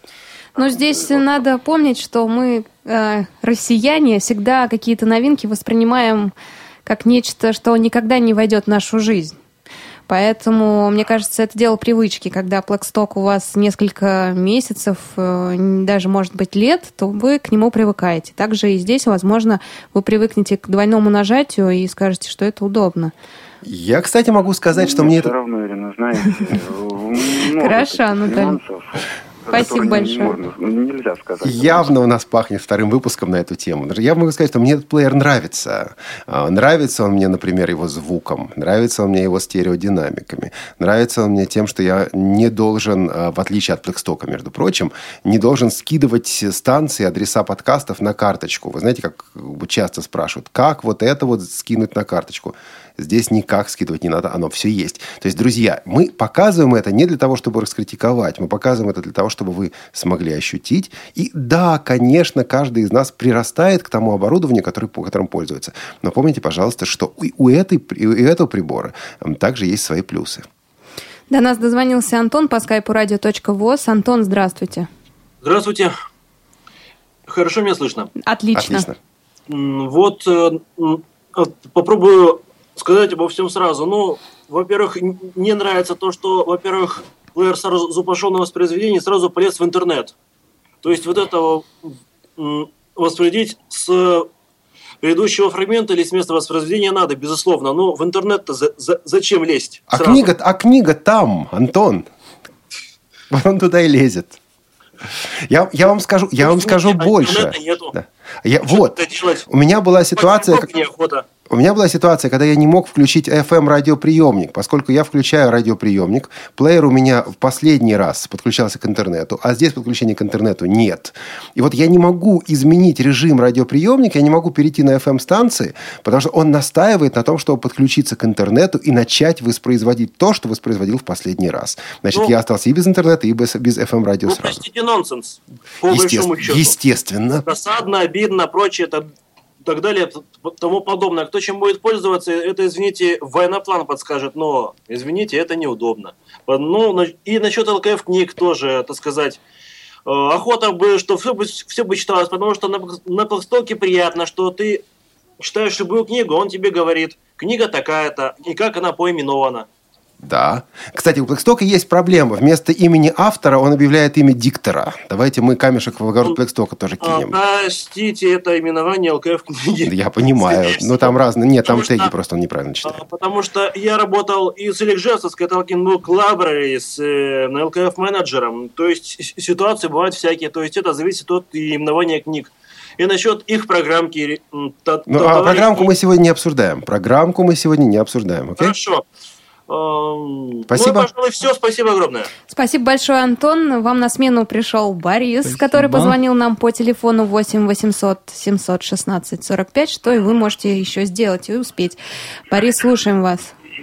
Но здесь надо помнить, что мы, э, россияне, всегда какие-то новинки воспринимаем как нечто, что никогда не войдет в нашу жизнь. Поэтому, мне кажется, это дело привычки. Когда Blackstock у вас несколько месяцев, даже, может быть, лет, то вы к нему привыкаете. Также и здесь, возможно, вы привыкнете к двойному нажатию и скажете, что это удобно. Я, кстати, могу сказать, что мне мне все равно, Ирина, знаете, Хорошо, Анатолий. Спасибо большое. Можно, нельзя сказать. Явно у нас пахнет вторым выпуском на эту тему. Я могу сказать, что мне этот плеер нравится. Нравится он мне, например, его звуком. Нравится он мне его стереодинамиками. Нравится он мне тем, что я не должен, в отличие от Blackstock, между прочим, не должен скидывать станции, адреса подкастов на карточку. Вы знаете, как часто спрашивают, как вот это вот скинуть на карточку? Здесь никак скидывать не надо, оно все есть. То есть, друзья, мы показываем это не для того, чтобы раскритиковать, мы показываем это для того, чтобы вы смогли ощутить. И да, конечно, каждый из нас прирастает к тому оборудованию, который, которым пользуется. Но помните, пожалуйста, что у, этой, у этого прибора также есть свои плюсы. До нас дозвонился Антон по скайпу радио точка воз. Антон, здравствуйте. Здравствуйте. Хорошо меня слышно? Отлично. Отлично. Вот попробую сказать обо всем сразу. Ну, во-первых, мне нравится то, что, во-первых, плеер сразу пошел на воспроизведение и сразу полез в интернет. То есть вот это воспроизводить с предыдущего фрагмента или с места воспроизведения надо, безусловно. Но в интернет-то за, за, зачем лезть? А книга, а книга там, Антон. Он туда и лезет. Я, я вам скажу, я вам скажу больше. Да. Я, вот, у меня была ситуация... У меня была ситуация, когда я не мог включить эф эм-радиоприемник, поскольку я включаю радиоприемник, плеер у меня в последний раз подключался к интернету, а здесь подключения к интернету нет. И вот я не могу изменить режим радиоприемника, я не могу перейти на эф эм-станции, потому что он настаивает на том, чтобы подключиться к интернету и начать воспроизводить то, что воспроизводил в последний раз. Значит, ну, я остался и без интернета, и без, без эф эм-радио ну, сразу. Простите, нонсенс. По Естественно, большому счету. Естественно. Досадно, обидно, прочее, это... так далее, тому подобное. Кто чем будет пользоваться, это, извините, военноплан подскажет, но, извините, это неудобно. Ну, и насчет эл ка эф книг тоже, так сказать, охота бы, что все бы, все бы читалось, потому что на, на Blackstock приятно, что ты читаешь любую книгу, он тебе говорит, книга такая-то, и как она поименована. Да. Кстати, у Blackstock есть проблема. Вместо имени автора он объявляет имя диктора. Давайте мы камешек в огород Blackstock тоже кинем. А, простите, это именование эл ка эф книги. Я понимаю. Но там разные... Нет, там теги просто он неправильно читает. Потому что я работал и с Эликжевской Talking Book Library, с э, эл ка эф-менеджером. То есть ситуации бывают всякие. То есть это зависит от именования книг. И насчет их программки... Ну, а программку мы сегодня не обсуждаем. Программку мы сегодня не обсуждаем. Окей? Хорошо. Спасибо. Ну, пожалуй, все. Спасибо огромное. Спасибо большое, Антон. Вам на смену пришел Борис, Спасибо. который позвонил нам по телефону восемь восемьсот семьсот шестнадцать сорок пять, что и вы можете еще сделать и успеть. Борис, слушаем вас.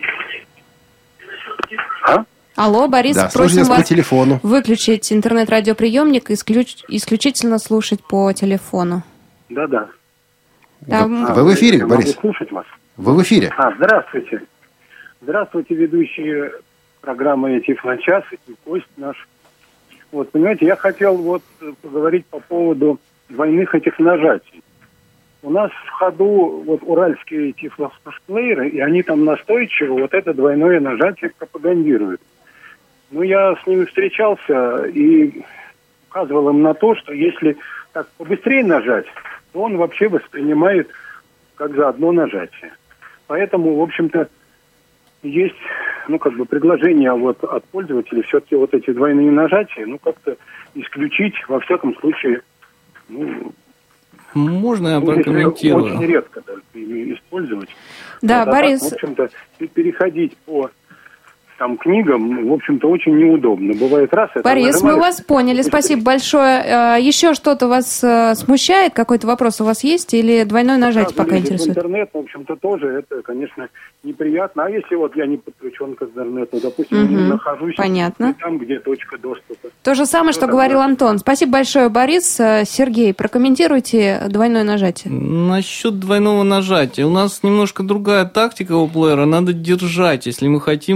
А? Алло, Борис, да, просим вас по телефону. выключить интернет-радиоприемник и исключ... исключительно слушать по телефону. Да-да. Да. Вы, вы в эфире, я Борис? Могу слушать вас. Вы в эфире. А, здравствуйте. Здравствуйте, ведущие программы «Этиф на час» и гость наш. Вот, понимаете, я хотел вот поговорить по поводу двойных этих нажатий. У нас в ходу вот уральские тифлос-плееры, и они там настойчиво вот это двойное нажатие пропагандируют. Ну, я с ними встречался и указывал им на то, что если так побыстрее нажать, то он вообще воспринимает как за одно нажатие. Поэтому, в общем-то, есть, ну, как бы предложение вот от пользователей все-таки вот эти двойные нажатия, ну, как-то исключить, во всяком случае, ну... Можно я ну, прокомментирую? Очень редко даже использовать. Да, вот, Борис... А так, в общем-то, переходить по... там книгам, в общем-то, очень неудобно. Бывает раз... Это Борис, нажимаешь, мы вас поняли, спасибо большое. Еще что-то вас смущает? Какой-то вопрос у вас есть? Или двойное нажатие пока интересует? Интернет, в общем-то, тоже это, конечно, неприятно. А если вот я не подключен к интернету, допустим, угу, не нахожусь понятно. там, где точка доступа. То же самое, что, что говорил Антон. Спасибо большое, Борис. Сергей, прокомментируйте двойное нажатие. Насчет двойного нажатия. У нас немножко другая тактика у плеера. Надо держать, если мы хотим последовательно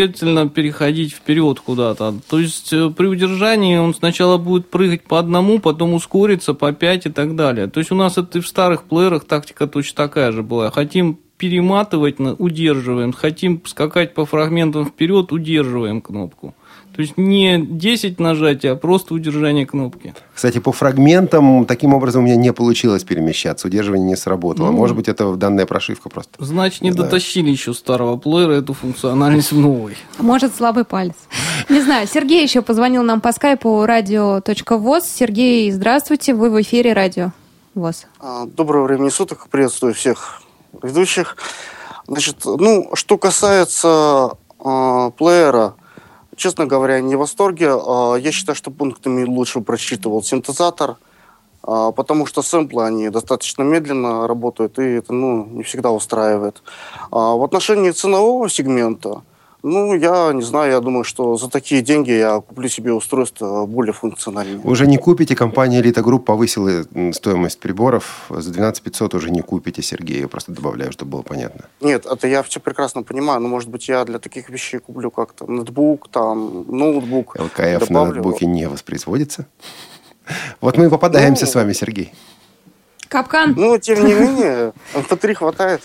самостоятельно переходить вперед куда-то. То есть при удержании он сначала будет прыгать по одному, потом ускориться по пять и так далее. То есть у нас это и в старых плеерах тактика точно такая же была. Хотим перематывать, удерживаем. Хотим скакать по фрагментам вперед, удерживаем кнопку. То есть не десять нажатий, а просто удержание кнопки. Кстати, по фрагментам таким образом у меня не получилось перемещаться. Удерживание не сработало. Ну, может быть, это данная прошивка просто. Значит, не, не дотащили знаю. Еще старого плеера эту функциональность в новый. Может, слабый палец. Не знаю. Сергей еще позвонил нам по скайпу радио точка воз. Сергей, здравствуйте. Вы в эфире радио ВОС. Доброго времени суток. Приветствую всех ведущих. Значит, ну, что касается э, плеера, честно говоря, не в восторге. Я считаю, что пунктами лучше просчитывал синтезатор, потому что сэмплы, они достаточно медленно работают, и это, ну, не всегда устраивает. В отношении ценового сегмента, ну, я не знаю, я думаю, что за такие деньги я куплю себе устройство более функциональное. Уже не купите, компания Elite Group повысила стоимость приборов, за двенадцать тысяч пятьсот уже не купите, Сергей, я просто добавляю, чтобы было понятно. Нет, это я все прекрасно понимаю, но, может быть, я для таких вещей куплю как-то ноутбук, там, ноутбук. ЛКФ на ноутбуке не воспроизводится. Вот мы и попадаемся с вами, Сергей. Капкан. Ну, тем не менее, эм пэ три хватает.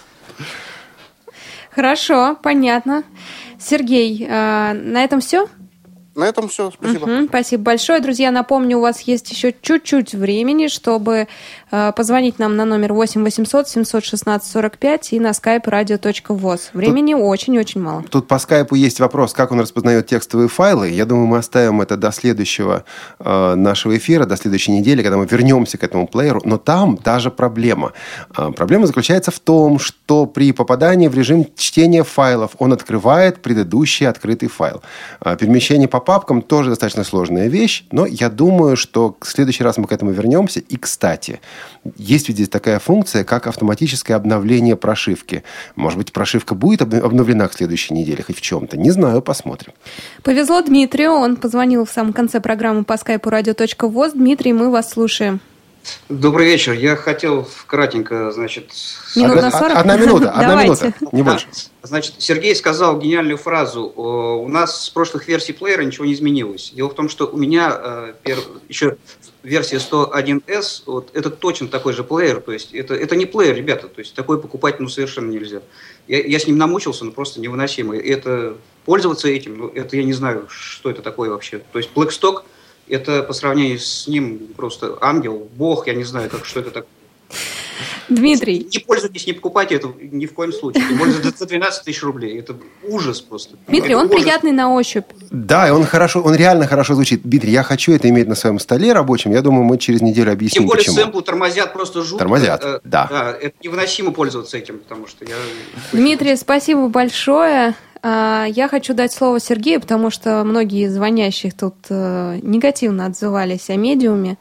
Хорошо, понятно. Сергей, э, на этом все? На этом все. Спасибо. Угу, спасибо большое. Друзья, напомню, у вас есть еще чуть-чуть времени, чтобы э, позвонить нам на номер восемь восемьсот семьсот шестнадцать сорок пять и на skype радио точка воз. Времени очень-очень мало. Тут по скайпу есть вопрос, как он распознает текстовые файлы. Я думаю, мы оставим это до следующего э, нашего эфира, до следующей недели, когда мы вернемся к этому плееру. Но там та же проблема. Э, проблема заключается в том, что при попадании в режим чтения файлов он открывает предыдущий открытый файл. Э, перемещение по папкам тоже достаточно сложная вещь, но я думаю, что в следующий раз мы к этому вернемся. И, кстати, есть ведь здесь такая функция, как автоматическое обновление прошивки. Может быть, прошивка будет обновлена к следующей неделе, хоть в чем-то. Не знаю, посмотрим. Повезло Дмитрию, он позвонил в самом конце программы по скайпу радио точка воз. Дмитрий, мы вас слушаем. Добрый вечер. Я хотел кратенько, значит... Минут на сорок? Одна минута, одна минута, не больше. Значит, Сергей сказал гениальную фразу. У нас с прошлых версий плеера ничего не изменилось. Дело в том, что у меня еще версия сто один эс, вот, это точно такой же плеер. То есть это, это не плеер, ребята. То есть такой покупать ну, совершенно нельзя. Я, я с ним намучился, но просто невыносимо. Это, пользоваться этим, ну, это я не знаю, что это такое вообще. То есть Blackstock, это по сравнению с ним просто ангел, бог, я не знаю, как, что это такое. Дмитрий. Не пользуйтесь, не покупайте это ни в коем случае. Тем более за двенадцать тысяч рублей. Это ужас просто. Дмитрий, это он ужас. Приятный на ощупь. Да, и он хорошо, он реально хорошо звучит. Дмитрий, я хочу это иметь на своем столе рабочем. Я думаю, мы через неделю объясним, Тем более почему. сэмплы тормозят просто жутко. Тормозят, э, да. да. Это невыносимо пользоваться этим, потому что я... Дмитрий, спасибо большое. Я хочу дать слово Сергею, потому что многие звонящих тут негативно отзывались о медиуме.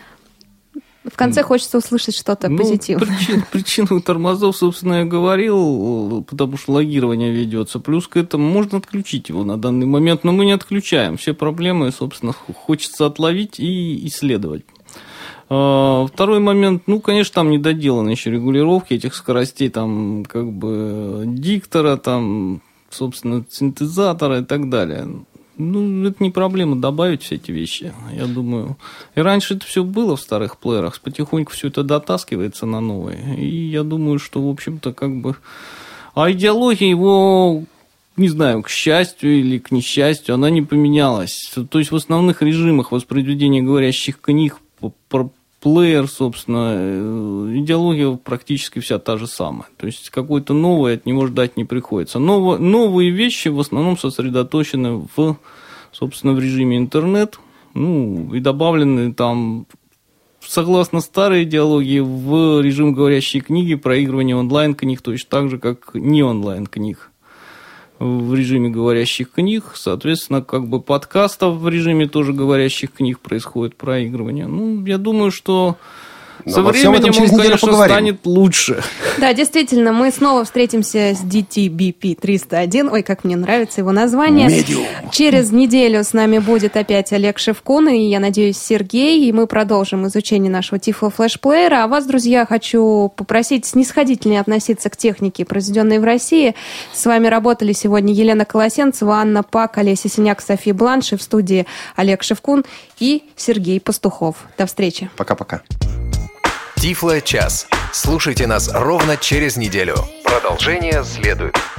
В конце хочется услышать что-то ну, позитивное. Причин, причину тормозов, собственно, я говорил, потому что логирование ведется. Плюс к этому можно отключить его на данный момент, но мы не отключаем. Все проблемы, собственно, хочется отловить и исследовать. Второй момент, ну, конечно, там недоделаны еще регулировки этих скоростей, там, как бы, диктора, там, собственно, синтезатора и так далее. Ну, это не проблема добавить все эти вещи, я думаю. И раньше это все было в старых плеерах, потихоньку все это дотаскивается на новые. И я думаю, что, в общем-то, как бы... А идеология его, не знаю, к счастью или к несчастью, она не поменялась. То есть в основных режимах воспроизведения говорящих книг про плеер, собственно, идеология практически вся та же самая. То есть какой-то новый от него ждать не приходится. Ново, новые вещи в основном сосредоточены в, собственно, в режиме интернет, ну, и добавлены там, согласно старой идеологии, в режим говорящей книги проигрывание онлайн-книг точно так же, как не онлайн-книг в режиме говорящих книг. Соответственно, как бы подкастов в режиме тоже говорящих книг происходит проигрывание. Ну, я думаю, что Но со временем он, конечно, поговорим. Станет лучше. Да, действительно, мы снова встретимся с ди ти би пи триста один. Ой, как мне нравится его название. Medium. Через неделю с нами будет опять Олег Шевкун и, я надеюсь, Сергей. И мы продолжим изучение нашего Тифло-флешплеера. А вас, друзья, хочу попросить снисходительнее относиться к технике, произведенной в России. С вами работали сегодня Елена Колосенцева, Анна Пак, Олеся Синяк, София Бланш. И в студии Олег Шевкун и Сергей Пастухов. До встречи. Пока-пока. Тифло час. Слушайте нас ровно через неделю. Продолжение следует.